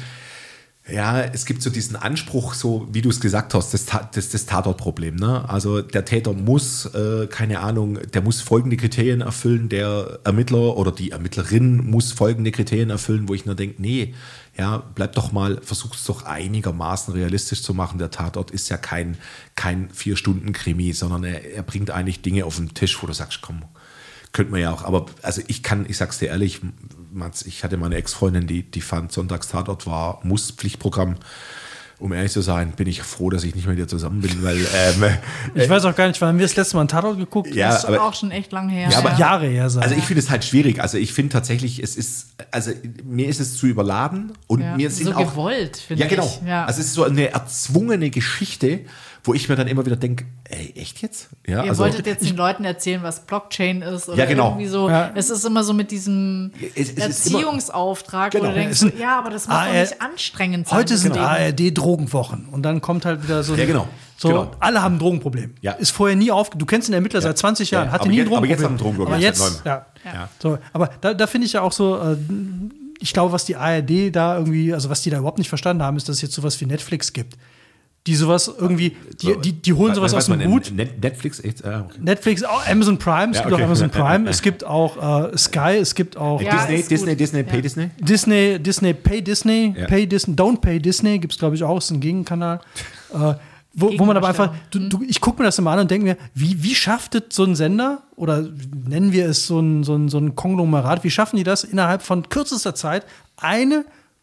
ja, es gibt so diesen Anspruch, so wie du es gesagt hast, das, das, das Tatortproblem. Ne? Also der Täter muss, äh, keine Ahnung, der muss folgende Kriterien erfüllen, der Ermittler oder die Ermittlerin muss folgende Kriterien erfüllen, wo ich nur denke, nee, ja, bleib doch mal, versuch es doch einigermaßen realistisch zu machen. Der Tatort ist ja kein, kein Vier-Stunden-Krimi, sondern er, er bringt eigentlich Dinge auf den Tisch, wo du sagst, komm, könnte man ja auch, aber also ich kann, ich sag's dir ehrlich, Mats, ich hatte meine Ex-Freundin, die, die fand Sonntagstatort war Muss-Pflichtprogramm. Um ehrlich zu sein, bin ich froh, dass ich nicht mehr mit dir zusammen bin, weil ähm, Ich weiß auch gar nicht, wann haben wir das letzte Mal einen Tatort geguckt? Ja, Das ist aber- auch schon echt lang her. Ja, aber- Jahre her sein. also ich finde es halt schwierig. Also ich finde tatsächlich, es ist, also mir ist es zu überladen und Ja, mir sind so auch gewollt, finde ja genau. ich. Ja. Also es ist so eine erzwungene Geschichte, wo ich mir dann immer wieder denke, ey, echt jetzt? Ja, Ihr also wolltet jetzt den Leuten erzählen, was Blockchain ist oder Ja, genau. irgendwie so. Ja. Es ist immer so mit diesem Es- es ist immer- Erziehungsauftrag, Genau. wo du denkst, Es so, sind ja, aber das muss A doch R nicht anstrengend sein. Heute sind deswegen. A R D-Drogenwochen und dann kommt halt wieder so ein, Ja, genau. So, Genau. alle haben ein Drogenproblem. Ja. Ist vorher nie auf. Du kennst den Ermittler seit zwanzig Jahren, Ja, hatte aber nie ein jetzt- aber Drogenproblem. jetzt haben Drogenproblem, Aber seit jetzt, neuem. ja. Ja. So, aber da, da finde ich ja auch so, äh, ich glaube, was die A R D da irgendwie, also was die da überhaupt nicht verstanden haben, ist, dass es jetzt sowas wie Netflix gibt. Die sowas irgendwie, die, die, die holen sowas aus Weiß dem man, Hut. Net- Netflix, echt? Ah, okay. Netflix, auch Amazon Prime, es Ja, gibt okay. auch Amazon Ja, ja, Prime, ja. es gibt auch äh, Sky, es gibt auch Ja, Disney, ist Disney, gut. Disney, Ja. Pay Disney? Disney, Disney, Pay Disney, Ja. Pay Disney, Don't Pay Disney, gibt es, glaube ich, auch, ist ein Gegenkanal. äh, wo, wo man aber einfach, du, du, ich gucke mir das immer an und denke mir, wie, wie schafft es so ein Sender, oder nennen wir es so ein, so, ein, so ein Konglomerat, wie schaffen die das innerhalb von kürzester Zeit, eine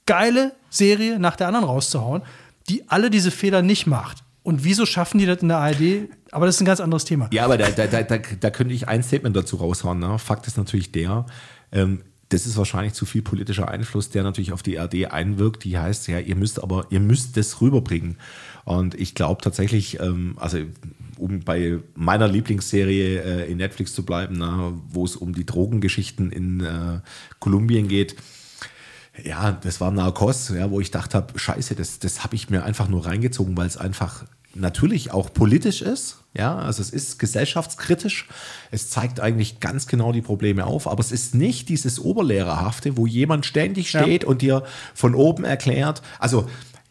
geile Serie nach der anderen rauszuhauen, die alle diese Fehler nicht macht. Und wieso schaffen die das in der A R D? Aber das ist ein ganz anderes Thema. Ja, aber da, da, da, da, da könnte ich ein Statement dazu raushauen. Ne? Fakt ist natürlich der, ähm, das ist wahrscheinlich zu viel politischer Einfluss, der natürlich auf die A R D einwirkt. Die heißt, ja, ihr müsst aber, ihr müsst das rüberbringen. Und ich glaube tatsächlich, ähm, also um bei meiner Lieblingsserie äh, in Netflix zu bleiben, na, wo es um die Drogengeschichten in äh, Kolumbien geht, ja, das war Narcos, ja, wo ich dachte habe, scheiße, das, das habe ich mir einfach nur reingezogen, weil es einfach natürlich auch politisch ist. Ja, also es ist gesellschaftskritisch. Es zeigt eigentlich ganz genau die Probleme auf, aber es ist nicht dieses Oberlehrerhafte, wo jemand ständig steht ja. und dir von oben erklärt, also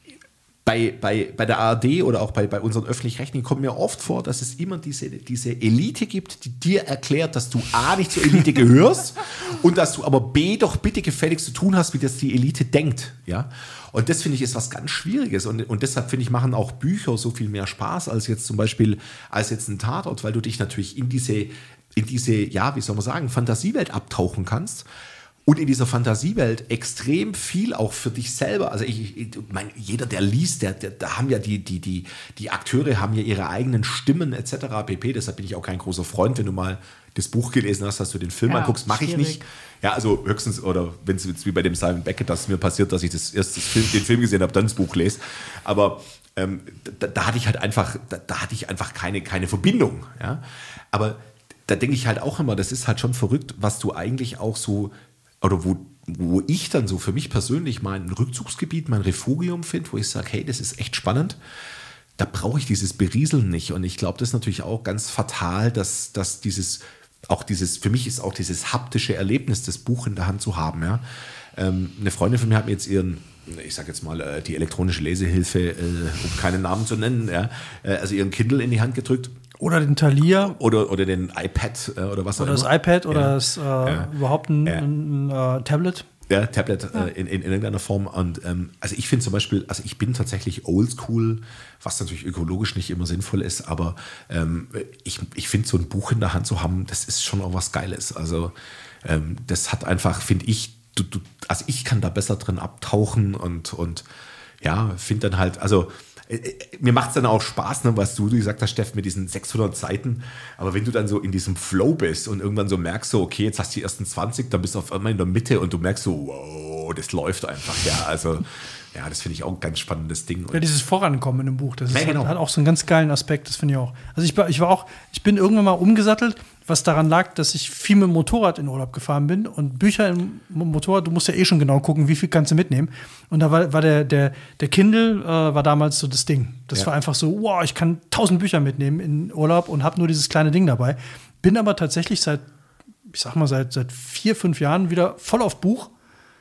Bei, bei, bei der A R D oder auch bei, bei unseren Öffentlich-Rechtlichen kommt mir oft vor, dass es immer diese, diese Elite gibt, die dir erklärt, dass du A, nicht zur Elite gehörst und dass du aber B, doch bitte gefälligst zu tun hast, wie das die Elite denkt. Ja? Und das finde ich ist was ganz Schwieriges und, und deshalb finde ich, machen auch Bücher so viel mehr Spaß als jetzt zum Beispiel als jetzt ein Tatort, weil du dich natürlich in diese, in diese, ja, wie soll man sagen, Fantasiewelt abtauchen kannst. Und in dieser Fantasiewelt extrem viel auch für dich selber. Also ich, ich meine, jeder, der liest, der, der, da haben ja die, die, die, die Akteure haben ja ihre eigenen Stimmen et cetera pp. Deshalb bin ich auch kein großer Freund, wenn du mal das Buch gelesen hast, dass du den Film ja, anguckst. Mache ich nicht. Ja, also höchstens, oder wenn es jetzt wie bei dem Simon Beckett, dass es mir passiert, dass ich das erst das Film, den Film gesehen habe, dann das Buch lese. Aber ähm, da, da hatte ich halt einfach, da, da hatte ich einfach keine, keine Verbindung. Ja? Aber da denke ich halt auch immer, das ist halt schon verrückt, was du eigentlich auch so oder wo, wo ich dann so für mich persönlich mein Rückzugsgebiet, mein Refugium finde, wo ich sage, hey, das ist echt spannend, da brauche ich dieses Berieseln nicht. Und ich glaube, das ist natürlich auch ganz fatal, dass, dass dieses, auch dieses, für mich ist auch dieses haptische Erlebnis, das Buch in der Hand zu haben. Ja. Ähm, eine Freundin von mir hat mir jetzt ihren, ich sage jetzt mal, äh, die elektronische Lesehilfe, äh, um keinen Namen zu nennen, ja, äh, also ihren Kindle in die Hand gedrückt. Oder den Thalia. Oder, oder den iPad äh, oder was auch immer. Oder das iPad oder ja. das, äh, ja. überhaupt ein, ja. ein, ein äh, Tablet. Ja, Tablet ja. Äh, in, in, in irgendeiner Form. Und ähm, also ich finde zum Beispiel, also ich bin tatsächlich oldschool, was natürlich ökologisch nicht immer sinnvoll ist, aber ähm, ich, ich finde so ein Buch in der Hand zu haben, das ist schon auch was Geiles. Also ähm, das hat einfach, finde ich, du, du, also ich kann da besser drin abtauchen und, und ja, finde dann halt, also mir macht es dann auch Spaß, ne, was du gesagt hast, Steff, mit diesen sechshundert Seiten. Aber wenn du dann so in diesem Flow bist und irgendwann so merkst, so, okay, jetzt hast du die ersten zwanzig, dann bist du auf einmal in der Mitte und du merkst so, wow, das läuft einfach. Ja, also, ja, das finde ich auch ein ganz spannendes Ding. Ja, dieses Vorankommen in dem Buch, das ist, ja, genau. hat, hat auch so einen ganz geilen Aspekt, das finde ich auch. Also ich war, ich war auch, ich bin irgendwann mal umgesattelt, was daran lag, dass ich viel mit dem Motorrad in Urlaub gefahren bin und Bücher im Motorrad, du musst ja eh schon genau gucken, wie viel kannst du mitnehmen. Und da war, war der, der, der Kindle äh, war damals so das Ding. Das ja. war einfach so, wow, ich kann tausend Bücher mitnehmen in Urlaub und habe nur dieses kleine Ding dabei. Bin aber tatsächlich seit, ich sag mal, seit, seit vier, fünf Jahren wieder voll auf Buch.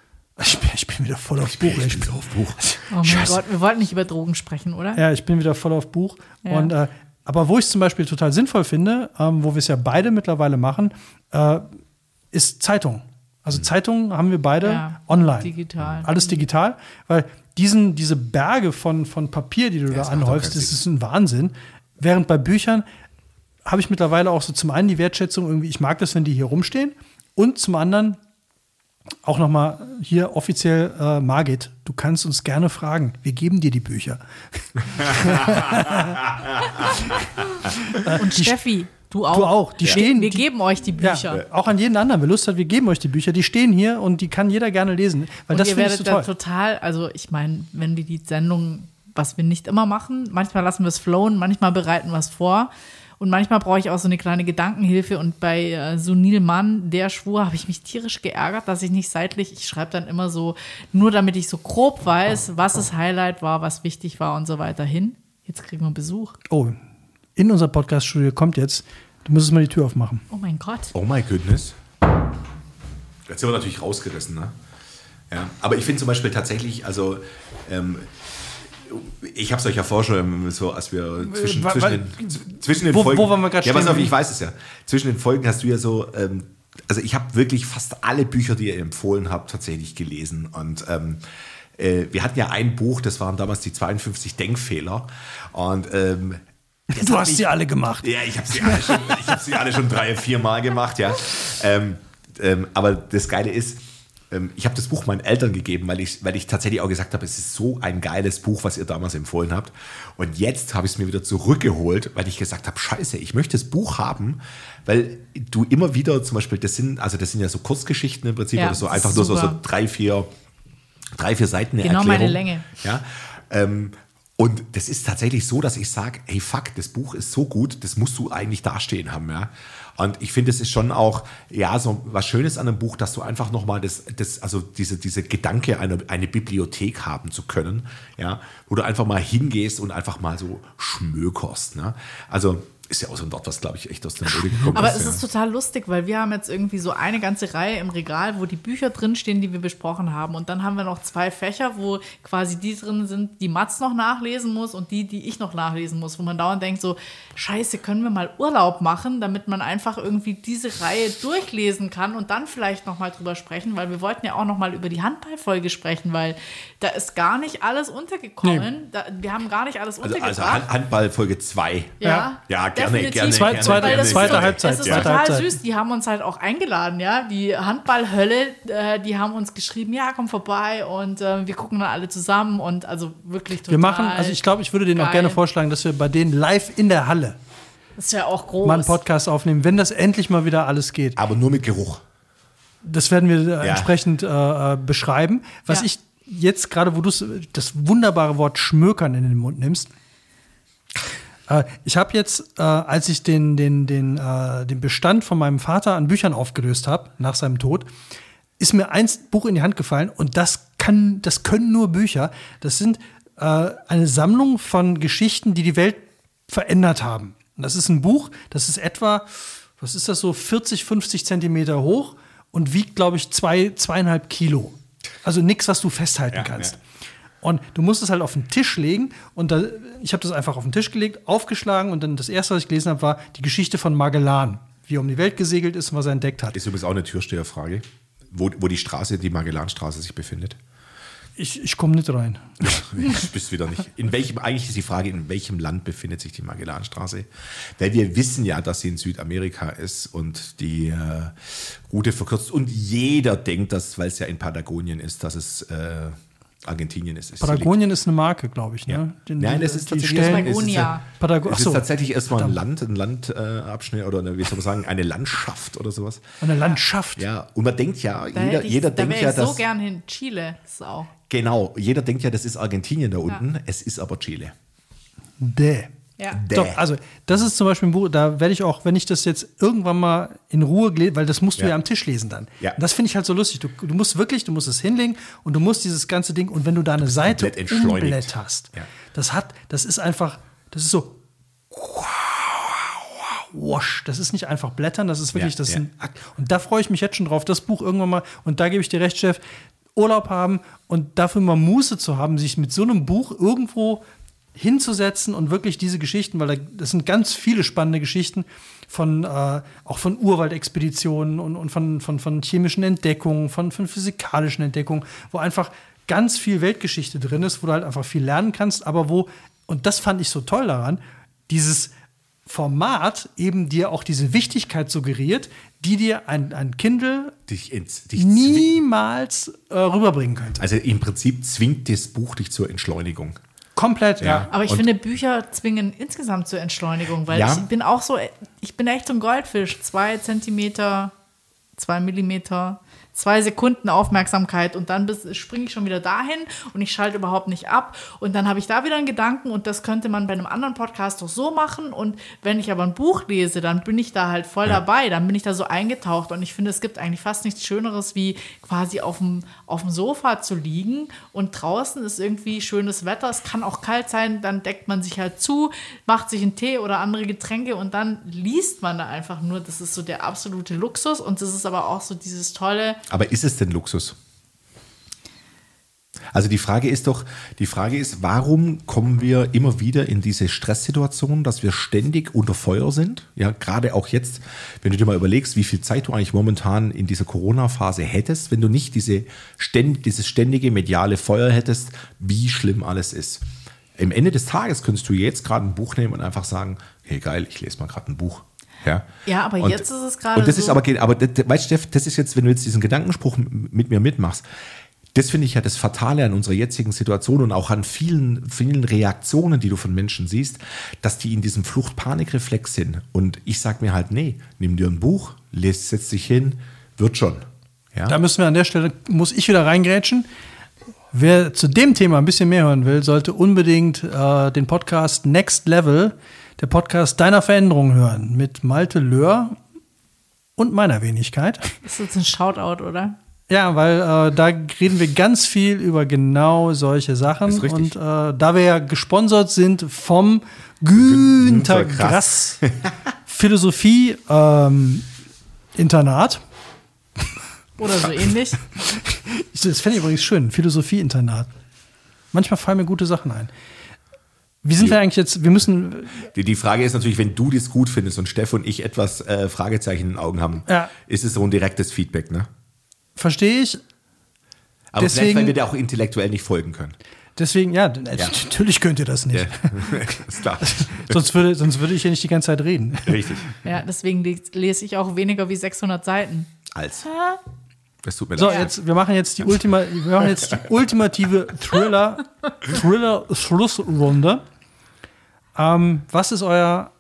Ich bin, ich bin wieder voll auf ich Buch. Bin, ich bin auf Buch. Oh mein Scheiße. Gott, wir wollten nicht über Drogen sprechen, oder? Ja, ich bin wieder voll auf Buch. Ja. Und äh, aber wo ich es zum Beispiel total sinnvoll finde, ähm, wo wir es ja beide mittlerweile machen, äh, ist Zeitung. Also mhm. Zeitung haben wir beide ja, online. Digital. Alles digital, weil diesen, diese Berge von, von Papier, die du ja, da anhäufst, das ist ein Wahnsinn. Während bei Büchern habe ich mittlerweile auch so zum einen die Wertschätzung, irgendwie, ich mag das, wenn die hier rumstehen, und zum anderen auch nochmal hier offiziell, äh, Margit, du kannst uns gerne fragen. Wir geben dir die Bücher. Und die Steffi, du auch. Du auch. Die ja. stehen, wir die, geben euch die Bücher. Ja, auch an jeden anderen, wer Lust hat, wir geben euch die Bücher. Die stehen hier und die kann jeder gerne lesen. Weil und das ihr finde ich werdet so toll. da total, also ich meine, wenn wir die Sendung, was wir nicht immer machen, manchmal lassen wir es flowen, manchmal bereiten wir es vor. Und manchmal brauche ich auch so eine kleine Gedankenhilfe. Und bei äh, Sunil Mann, der Schwur, habe ich mich tierisch geärgert, dass ich nicht seitlich, ich schreibe dann immer so, nur damit ich so grob weiß, was das Highlight war, was wichtig war und so weiter hin. Jetzt kriegen wir Besuch. Oh, in unser Podcast-Studio kommt jetzt, du musst mal die Tür aufmachen. Oh mein Gott. Oh my goodness. Jetzt sind wir natürlich rausgerissen, ne? Ja, aber ich finde zum Beispiel tatsächlich, also ähm, ich habe es euch ja vorher schon so, als wir zwischen, äh, zwischen, den, zwischen den wo, Folgen. Wo waren wir gerade Ja, stehen? pass auf, ich weiß es ja. Zwischen den Folgen hast du ja so, ähm, also ich habe wirklich fast alle Bücher, die ihr empfohlen habt, tatsächlich gelesen. Und ähm, äh, wir hatten ja ein Buch, das waren damals die zweiundfünfzig Denkfehler. Und ähm, du hast mich, sie alle gemacht. Ja, ich habe sie alle schon, ich habe sie alle schon drei, vier Mal gemacht, ja. Ähm, ähm, aber das Geile ist, ähm, ich habe das Buch meinen Eltern gegeben, weil ich, weil ich tatsächlich auch gesagt habe, es ist so ein geiles Buch, was ihr damals empfohlen habt. Und jetzt habe ich es mir wieder zurückgeholt, weil ich gesagt habe, scheiße, ich möchte das Buch haben, weil du immer wieder zum Beispiel, das sind, also das sind ja so Kurzgeschichten im Prinzip, Ja, oder so das einfach ist nur so, so super. drei, vier, drei, vier Seiten eine Genau Erklärung. meine Länge. Ja, ähm, und das ist tatsächlich so, dass ich sage, hey fuck, das Buch ist so gut, das musst du eigentlich dastehen haben, ja. Und ich finde, es ist schon auch, ja, so was Schönes an einem Buch, dass du einfach nochmal das, das, also diese, diese Gedanke, eine, eine Bibliothek haben zu können, ja, wo du einfach mal hingehst und einfach mal so schmökerst, ne. Also, ist ja auch so ein Wort, was, glaube ich, echt aus der Mode gekommen Aber ist. es ja. ist total lustig, weil wir haben jetzt irgendwie so eine ganze Reihe im Regal, wo die Bücher drinstehen, die wir besprochen haben. Und dann haben wir noch zwei Fächer, wo quasi die drin sind, die Mats noch nachlesen muss und die, die ich noch nachlesen muss. Wo man dauernd denkt so, scheiße, können wir mal Urlaub machen, damit man einfach irgendwie diese Reihe durchlesen kann und dann vielleicht noch mal drüber sprechen. Weil wir wollten ja auch noch mal über die Handballfolge sprechen, weil da ist gar nicht alles untergekommen. Nee. Da, wir haben gar nicht alles Also, untergebracht. also Hand- Handball Folge zwei. Ja, Ja, gerne, definitiv. gerne, Zwei- gerne. zweite- Weil das ist zweite so, Halbzeit, Es ist zweite total Halbzeit. süß. Die haben uns halt auch eingeladen, ja. Die Handballhölle, äh, die haben uns geschrieben, ja, komm vorbei und äh, wir gucken dann alle zusammen und also wirklich total. Wir machen, also ich glaube, ich würde denen auch geil. gerne vorschlagen, dass wir bei denen live in der Halle Das ist ja auch groß. mal einen Podcast aufnehmen, wenn das endlich mal wieder alles geht. Aber nur mit Geruch. Das werden wir äh, Ja. entsprechend äh, äh, beschreiben. Was Ja. ich jetzt gerade, wo du das wunderbare Wort Schmökern in den Mund nimmst. Äh, ich habe jetzt, äh, als ich den, den, den, äh, den Bestand von meinem Vater an Büchern aufgelöst habe, nach seinem Tod, ist mir ein Buch in die Hand gefallen und das kann, das können nur Bücher. Das sind äh, eine Sammlung von Geschichten, die die Welt verändert haben. Und das ist ein Buch, das ist etwa, was ist das so, vierzig, fünfzig Zentimeter hoch und wiegt, glaube ich, zwei, zweieinhalb Kilo. Also nichts, was du festhalten Ja, kannst. ja. Und du musst es halt auf den Tisch legen und da, ich habe das einfach auf den Tisch gelegt, aufgeschlagen und dann das erste, was ich gelesen habe, war die Geschichte von Magellan, wie er um die Welt gesegelt ist und was er entdeckt hat. Ist übrigens auch eine Türsteherfrage, wo, wo die Straße, die Magellanstraße sich befindet. Ich, ich komme nicht rein. Ich bist wieder nicht. In welchem, eigentlich ist die Frage, in welchem Land befindet sich die Magellanstraße? Weil wir wissen ja, dass sie in Südamerika ist und die äh, Route verkürzt. Und jeder denkt, dass, weil es ja in Patagonien ist, dass es äh, Argentinien ist. Es Patagonien ist eine Marke, glaube ich. Ne? Ja. Den, Nein, das ist die tatsächlich Stellen, es ist, Patagonia. Patago- es Ach ist so. tatsächlich erstmal ein Verdammt. Land, ein Landabschnitt äh, oder eine, wie soll man sagen, eine Landschaft oder sowas. eine Landschaft. Ja, und man denkt ja, Da jeder, hätte ich, jeder da denkt wäre ja, ich so dass. gern hin. Chile ist auch. Genau, jeder denkt ja, das ist Argentinien da unten. Es ist aber Chile. Däh. Ja. Däh. Doch, also das ist zum Beispiel ein Buch, da werde ich auch, wenn ich das jetzt irgendwann mal in Ruhe lese, weil das musst du ja, Ja. am Tisch lesen dann. Ja. Und das finde ich halt so lustig. Du, du musst wirklich, du musst es hinlegen und du musst dieses ganze Ding, und wenn du da eine Seite komplett entschleunigt. umblätterst, Ja. das hat, das ist einfach, das ist so wasch. Das ist nicht einfach blättern, das ist wirklich, Ja, das ist ja. ein Akt. Und da freue ich mich jetzt schon drauf, das Buch irgendwann mal, und da gebe ich dir recht, Chef, Urlaub haben und dafür mal Muße zu haben, sich mit so einem Buch irgendwo hinzusetzen und wirklich diese Geschichten, weil da, das sind ganz viele spannende Geschichten von äh, auch von Urwaldexpeditionen und, und von, von, von chemischen Entdeckungen, von, von physikalischen Entdeckungen, wo einfach ganz viel Weltgeschichte drin ist, wo du halt einfach viel lernen kannst, aber wo, und das fand ich so toll daran, dieses Format eben dir auch diese Wichtigkeit suggeriert, die dir ein, ein Kindle Dich ins, dich zwingt- niemals äh, rüberbringen könnte. also im Prinzip zwingt das Buch dich zur Entschleunigung. Komplett, ja. Ja. Aber ich Und- finde, Bücher zwingen insgesamt zur Entschleunigung, weil Ja. ich bin auch so, ich bin echt so ein Goldfisch. Zwei Zentimeter, zwei Millimeter, zwei Sekunden Aufmerksamkeit und dann springe ich schon wieder dahin und ich schalte überhaupt nicht ab. Und dann habe ich da wieder einen Gedanken und das könnte man bei einem anderen Podcast doch so machen. Und wenn ich aber ein Buch lese, dann bin ich da halt voll Ja. dabei. Dann bin ich da so eingetaucht. Und ich finde, es gibt eigentlich fast nichts Schöneres, wie quasi auf dem, auf dem Sofa zu liegen und draußen ist irgendwie schönes Wetter. Es kann auch kalt sein, dann deckt man sich halt zu, macht sich einen Tee oder andere Getränke und dann liest man da einfach nur. Das ist so der absolute Luxus und das ist aber auch so dieses tolle. Aber ist es denn Luxus? Also die Frage ist doch, die Frage ist, warum kommen wir immer wieder in diese Stresssituation, dass wir ständig unter Feuer sind? Ja, gerade auch jetzt, wenn du dir mal überlegst, wie viel Zeit du eigentlich momentan in dieser Corona-Phase hättest, wenn du nicht diese ständ, dieses ständige mediale Feuer hättest, wie schlimm alles ist. Im Ende des Tages könntest du jetzt gerade ein Buch nehmen und einfach sagen, hey geil, ich lese mal gerade ein Buch. Ja, Ja, aber und, jetzt ist es gerade Und das so. ist aber, aber das, weißt du, Steff, das ist jetzt, wenn du jetzt diesen Gedankenspruch mit mir mitmachst, das finde ich ja das Fatale an unserer jetzigen Situation und auch an vielen, vielen Reaktionen, die du von Menschen siehst, dass die in diesem Flucht-Panik-Reflex sind. Und ich sage mir halt, nee, nimm dir ein Buch, lest, setz dich hin, wird schon. Ja? Da müssen wir an der Stelle, muss ich wieder reingrätschen. Wer zu dem Thema ein bisschen mehr hören will, sollte unbedingt äh, den Podcast Next Level, der Podcast deiner Veränderung hören, mit Malte Löhr und meiner Wenigkeit. Das ist jetzt ein Shoutout, oder? Ja, weil äh, da reden wir ganz viel über genau solche Sachen. Ist richtig. Und äh, da wir ja gesponsert sind vom Günter Grass Philosophie ähm, Internat. Oder so ähnlich. Das fände ich übrigens schön, Philosophie-Internat. Manchmal fallen mir gute Sachen ein. Wie sind Ja. wir eigentlich jetzt, wir müssen, Die, die Frage ist natürlich, wenn du das gut findest und Steff und ich etwas äh, Fragezeichen in den Augen haben, Ja. ist es so ein direktes Feedback, ne? verstehe ich, Aber Deswegen- vielleicht, weil wir da auch intellektuell nicht folgen können. deswegen, ja, natürlich könnt ihr das nicht. Ja. Ist klar. Sonst, würde, sonst würde ich ja nicht die ganze Zeit reden. Richtig. Ja, deswegen le- lese ich auch weniger wie sechshundert Seiten. Als. Das tut mir So, leid. jetzt, wir machen jetzt die, Ultima, wir machen jetzt die ultimative Thriller, Thriller-Schlussrunde. Ähm, was ist euer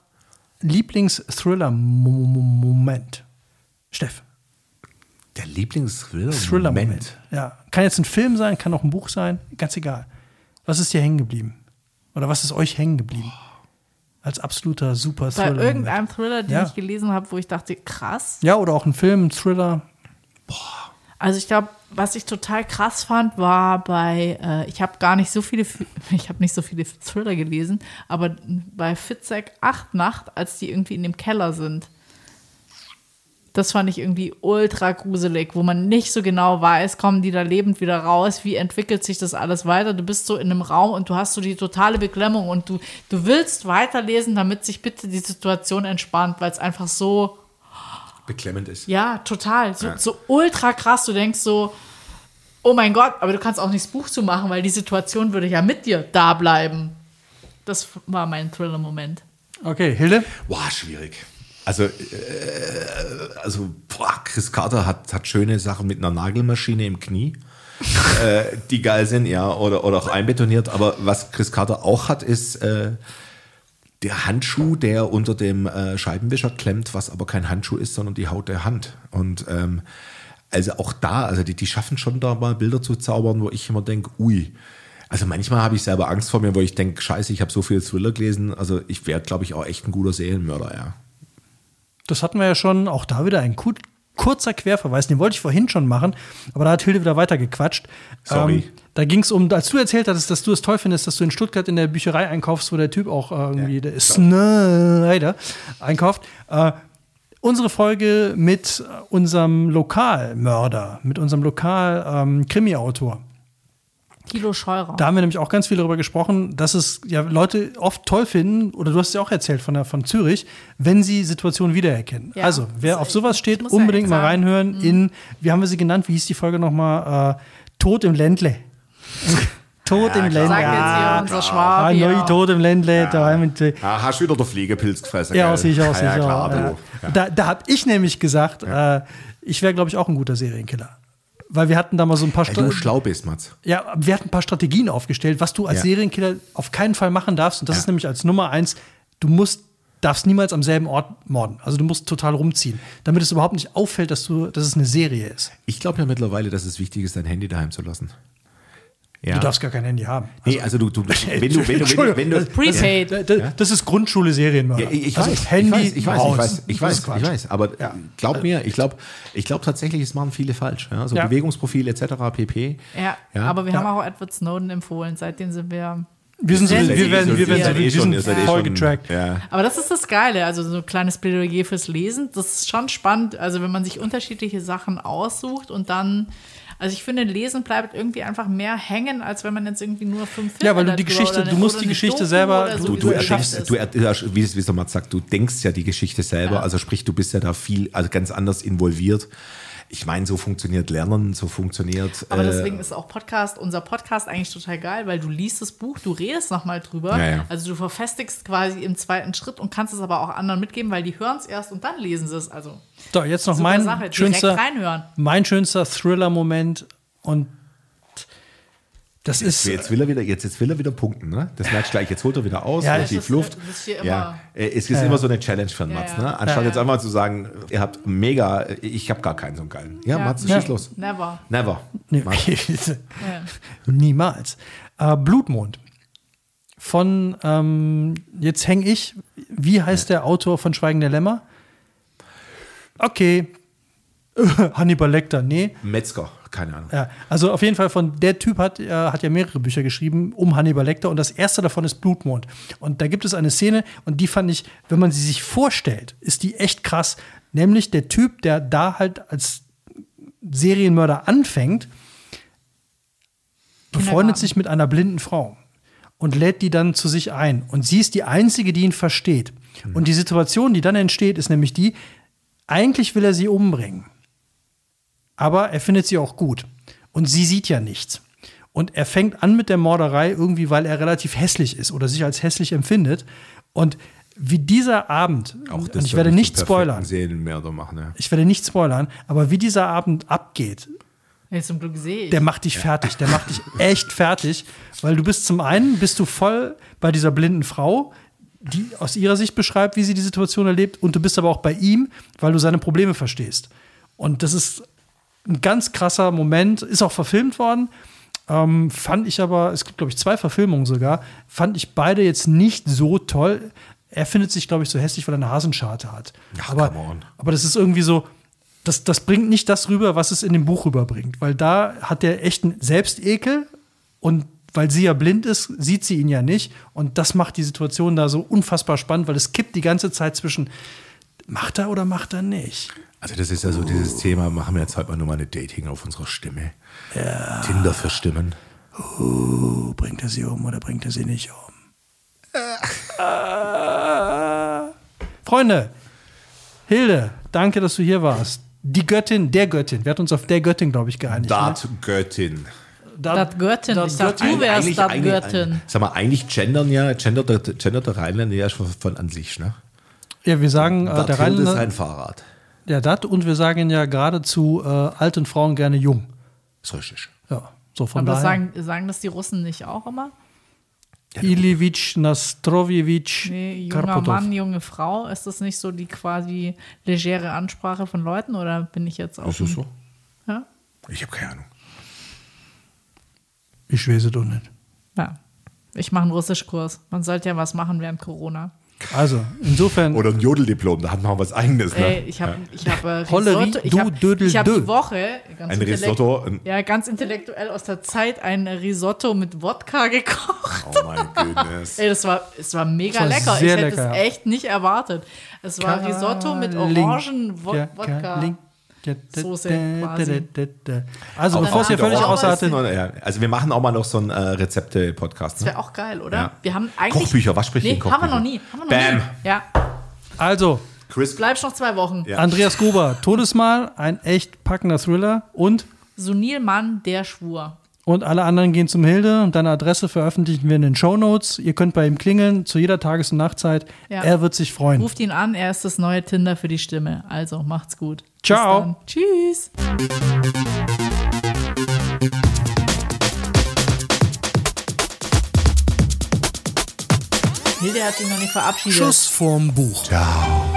Lieblings-Thriller-Moment? Steff. Der Lieblings-Thriller-Moment. Thriller-Moment. Ja. Kann jetzt ein Film sein, kann auch ein Buch sein, ganz egal. Was ist dir hängen geblieben? Oder was ist euch hängen geblieben? Als absoluter super Bei Thriller. irgendeinem Thriller, den Ja. ich gelesen habe, wo ich dachte, krass. Ja, oder auch ein Film, ein Thriller. Also ich glaube, was ich total krass fand, war bei, äh, ich habe gar nicht so viele, F- ich habe nicht so viele Thriller gelesen, aber bei Fitzek acht Nacht, als die irgendwie in dem Keller sind. Das fand ich irgendwie ultra gruselig, wo man nicht so genau weiß, kommen die da lebend wieder raus, wie entwickelt sich das alles weiter. Du bist so in einem Raum und du hast so die totale Beklemmung und du, du willst weiterlesen, damit sich bitte die Situation entspannt, weil es einfach so, Beklemmend ist. ja, total, so, Ja. so ultra krass. Du denkst so, oh mein Gott, aber du kannst auch nicht das Buch zumachen, weil die Situation würde ja mit dir da bleiben. Das war mein Thriller-Moment. Okay, Hilde? Boah, schwierig. Also, äh, also boah, Chris Carter hat, hat schöne Sachen mit einer Nagelmaschine im Knie, äh, die geil sind, ja, oder, oder auch einbetoniert. Aber was Chris Carter auch hat, ist äh, der Handschuh, der unter dem äh, Scheibenwischer klemmt, was aber kein Handschuh ist, sondern die Haut der Hand. Und ähm, also auch da, also die, die schaffen schon da mal Bilder zu zaubern, wo ich immer denke, ui. Also manchmal habe ich selber Angst vor mir, wo ich denke, scheiße, ich habe so viel Thriller gelesen. Also ich wäre, glaube ich, auch echt ein guter Serienmörder, ja. Das hatten wir ja schon, auch da wieder ein ku- kurzer Querverweis, den wollte ich vorhin schon machen, aber da hat Hilde wieder weitergequatscht. Sorry. Ähm, da ging es um, als du erzählt hattest, dass du es toll findest, dass du in Stuttgart in der Bücherei einkaufst, wo der Typ auch äh, irgendwie, Ja, der Snyder einkauft. Äh, unsere Folge mit unserem Lokalmörder, mit unserem Lokal-Krimi-Autor. Kilo Scheurer. Da haben wir nämlich auch ganz viel darüber gesprochen, dass es ja Leute oft toll finden, oder du hast es ja auch erzählt von, der, von Zürich, wenn sie Situationen wiedererkennen. Ja, also, wer das- auf sowas ich steht, muss ja unbedingt echt mal sagen, reinhören in, wie haben wir sie genannt, wie hieß die Folge nochmal? Äh, Tod im Ländle. Tod im Ländle. Sagt jetzt hier Ah, unser ah, Schwab. neu Ja. Tod im Ländle. Da haben wir, Ah, hast du wieder der Fliegenpilz gefressen? ja, gell? sehe ich auch, Ah, sehe ja, ich klar, auch. du. Ja. Ja. Da, da habe ich nämlich gesagt, äh, ich wäre, glaube ich, auch ein guter Serienkiller. Weil wir hatten da mal so ein paar Weil du Stra- schlau bist, Mats. Ja, wir hatten ein paar Strategien aufgestellt, was du als Ja. Serienkiller auf keinen Fall machen darfst. Und das Ja. ist nämlich als Nummer eins, du musst, darfst niemals am selben Ort morden. Also du musst total rumziehen, damit es überhaupt nicht auffällt, dass, du, dass es eine Serie ist. Ich glaube ja mittlerweile, dass es wichtig ist, dein Handy daheim zu lassen. Ja. Du darfst gar kein Handy haben. Nee, also du, du wenn du, wenn du, wenn du, wenn du Prepaid. Da- da- Das ist Grundschule Serienmörder. Ja, ich, also weiß, Handy ich weiß, ich weiß, raus. ich weiß, ich Das weiß, ist Quatsch. ich weiß, aber Ja. glaub mir, ich glaube ich glaub tatsächlich, es machen viele falsch. Ja? So Ja. Bewegungsprofil et cetera pp. Ja, Ja. aber wir Ja. haben auch Edward Snowden empfohlen. Seitdem sind wir. Wir sind so, Ihr wir seid werden, eh wir schon- werden, ihr wir seid eh schon- sind ihr seid eh voll schon- getrackt. Ja. Aber das ist das Geile, also so ein kleines Plädoyer fürs Lesen. Das ist schon spannend, also wenn man sich unterschiedliche Sachen aussucht und dann, also ich finde, Lesen bleibt irgendwie einfach mehr hängen, als wenn man jetzt irgendwie nur fünf Filme Ja, weil du die darüber Geschichte- oder du eine- musst oder die eine Geschichte Doku selber- oder du- so, Du, wie du es erschaffst, geschafft du, ist. er- wie es wie es der Matt sagt, du denkst ja die Geschichte selber, Ja. also sprich, du bist ja da viel, also ganz anders involviert. ich meine, so funktioniert Lernen, so funktioniert. Aber äh, deswegen ist auch Podcast, unser Podcast eigentlich total geil, weil du liest das Buch, du redest nochmal drüber. Ja, ja. Also du verfestigst quasi im zweiten Schritt und kannst es aber auch anderen mitgeben, weil die hören es erst und dann lesen sie es. Also So, jetzt noch super mein Sache, direkt schönster, reinhören. mein schönster Thriller-Moment und das ist. Jetzt will er wieder, jetzt, jetzt will er wieder punkten, ne? Das merkst du gleich, jetzt holt er wieder aus, Ja, holt das die ist- Luft. das ist hier ja. immer- Äh, Es ist Ja, immer ja. so eine Challenge für den Ja, Mats, ja. ne? Anstatt Ja, jetzt ja. einmal zu sagen, ihr habt mega, ich habe gar keinen so einen geilen. Ja, Ja. Mats, Ja. schieß los. Never. Never. Nee, Mats. Ja. Niemals. Äh, Blutmond. Von, ähm, jetzt hänge ich, wie heißt der Autor von Schweigen der Lämmer? Okay. Hannibal Lecter, nee. Metzger, keine Ahnung. Ja, also auf jeden Fall von der Typ hat, äh, hat ja mehrere Bücher geschrieben um Hannibal Lecter und das erste davon ist Blutmond. Und da gibt es eine Szene und die fand ich, wenn man sie sich vorstellt, ist die echt krass. Nämlich der Typ, der da halt als Serienmörder anfängt, befreundet Kindergarten. sich mit einer blinden Frau und lädt die dann zu sich ein. Und sie ist die Einzige, die ihn versteht. Und die Situation, die dann entsteht, ist nämlich die, eigentlich will er sie umbringen. Aber er findet sie auch gut. Und sie sieht ja nichts. Und er fängt an mit der Morderei irgendwie, weil er relativ hässlich ist oder sich als hässlich empfindet. Und wie dieser Abend, Auch und das ich wird werde nicht nicht zum perfekten spoilern, Seelenmörder machen, ja. ich werde nicht spoilern, aber wie dieser Abend abgeht, Nee, zum Glück sehe ich. der macht dich fertig. Der macht dich echt fertig, weil du bist zum einen, bist du voll bei dieser blinden Frau, die aus ihrer Sicht beschreibt, wie sie die Situation erlebt, und du bist aber auch bei ihm, weil du seine Probleme verstehst. Und das ist ein ganz krasser Moment, ist auch verfilmt worden. Ähm, fand ich aber, es gibt, glaube ich, zwei Verfilmungen sogar, fand ich beide jetzt nicht so toll. Er findet sich, glaube ich, so hässlich, weil er eine Hasenscharte hat. Ach, aber, come on. aber das ist irgendwie so, das, das bringt nicht das rüber, was es in dem Buch rüberbringt. Weil da hat er echt einen Selbstekel und weil sie ja blind ist, sieht sie ihn ja nicht. Und das macht die Situation da so unfassbar spannend, weil es kippt die ganze Zeit zwischen, macht er oder macht er nicht? Also das ist ja so dieses Thema, machen wir jetzt halt mal nur mal eine Dating auf unserer Stimme. Ja. Tinder für Stimmen. Uh, bringt er sie um oder bringt er sie nicht um? Äh. Freunde, Hilde, danke, dass du hier warst. Die Göttin, der Göttin. Wir hatten uns auf der Göttin, glaube ich, geeinigt. Dat Göttin. Dat Göttin. Dat Ich dachte, Göttin. du wärst Eigentlich- dat eigentlich- Göttin. Sag mal, eigentlich gendern ja, gendert der, gendert der Rheinländer ja schon von an sich, ne? Ja, wir sagen, äh, Dat der Hilde ist Rheinländer, ein Fahrrad. ja, dat, und wir sagen ja gerade zu äh, alten Frauen gerne jung. Ist richtig. Ja, so von Aber daher. sagen, sagen das die Russen nicht auch immer? Ilivich, Nastrovjevich, Nee, junger Karpotov. Mann, junge Frau. Ist das nicht so die quasi legere Ansprache von Leuten oder bin ich jetzt auf Ist das dem- so? Ja? Ich habe keine Ahnung. Ich weiß es doch nicht. Ja. Ich mache einen Russischkurs. Man sollte ja was machen während Corona. Also, insofern. Oder ein Jodeldiplom, da hat man was Eigenes, ne? Ey, ich habe ich hab, äh, Holleri, Risotto. Ich du habe Dödel, hab dö. die Woche ganz Ein intellekt- Risotto, ein- ja, ganz intellektuell aus der Zeit ein Risotto mit Wodka gekocht. Oh mein Goodness. Ey, das war, es war mega Das war lecker. Ich sehr hätte lecker, es ja. echt nicht erwartet. Es war Risotto mit Kaling- Orangen-Wodka. Link- Soße quasi. Also, Auch bevor es hier wieder völlig Orangen- ausartet, Ja, also wir machen auch mal noch so einen äh, Rezepte-Podcast. Das Ne? wäre auch geil, oder? Ja. Wir haben eigentlich. Kochbücher, was spricht nee, gegen haben wir Kochbücher? noch nie. Haben wir noch Bam. nie. Ja, also, Chris, bleibst noch zwei Wochen. Ja. Andreas Gruber, Todesmal, ein echt packender Thriller und, Sunil Mann, der Schwur. und alle anderen gehen zum Hilde. Und deine Adresse veröffentlichen wir in den Shownotes. Ihr könnt bei ihm klingeln zu jeder Tages- und Nachtzeit. Ja. Er wird sich freuen. Ruft ihn an, er ist das neue Tinder für die Stimme. Also, macht's gut. Ciao. Bis dann. Tschüss. Hilde hat sich noch nicht verabschiedet. Schuss vorm Buch. ciao.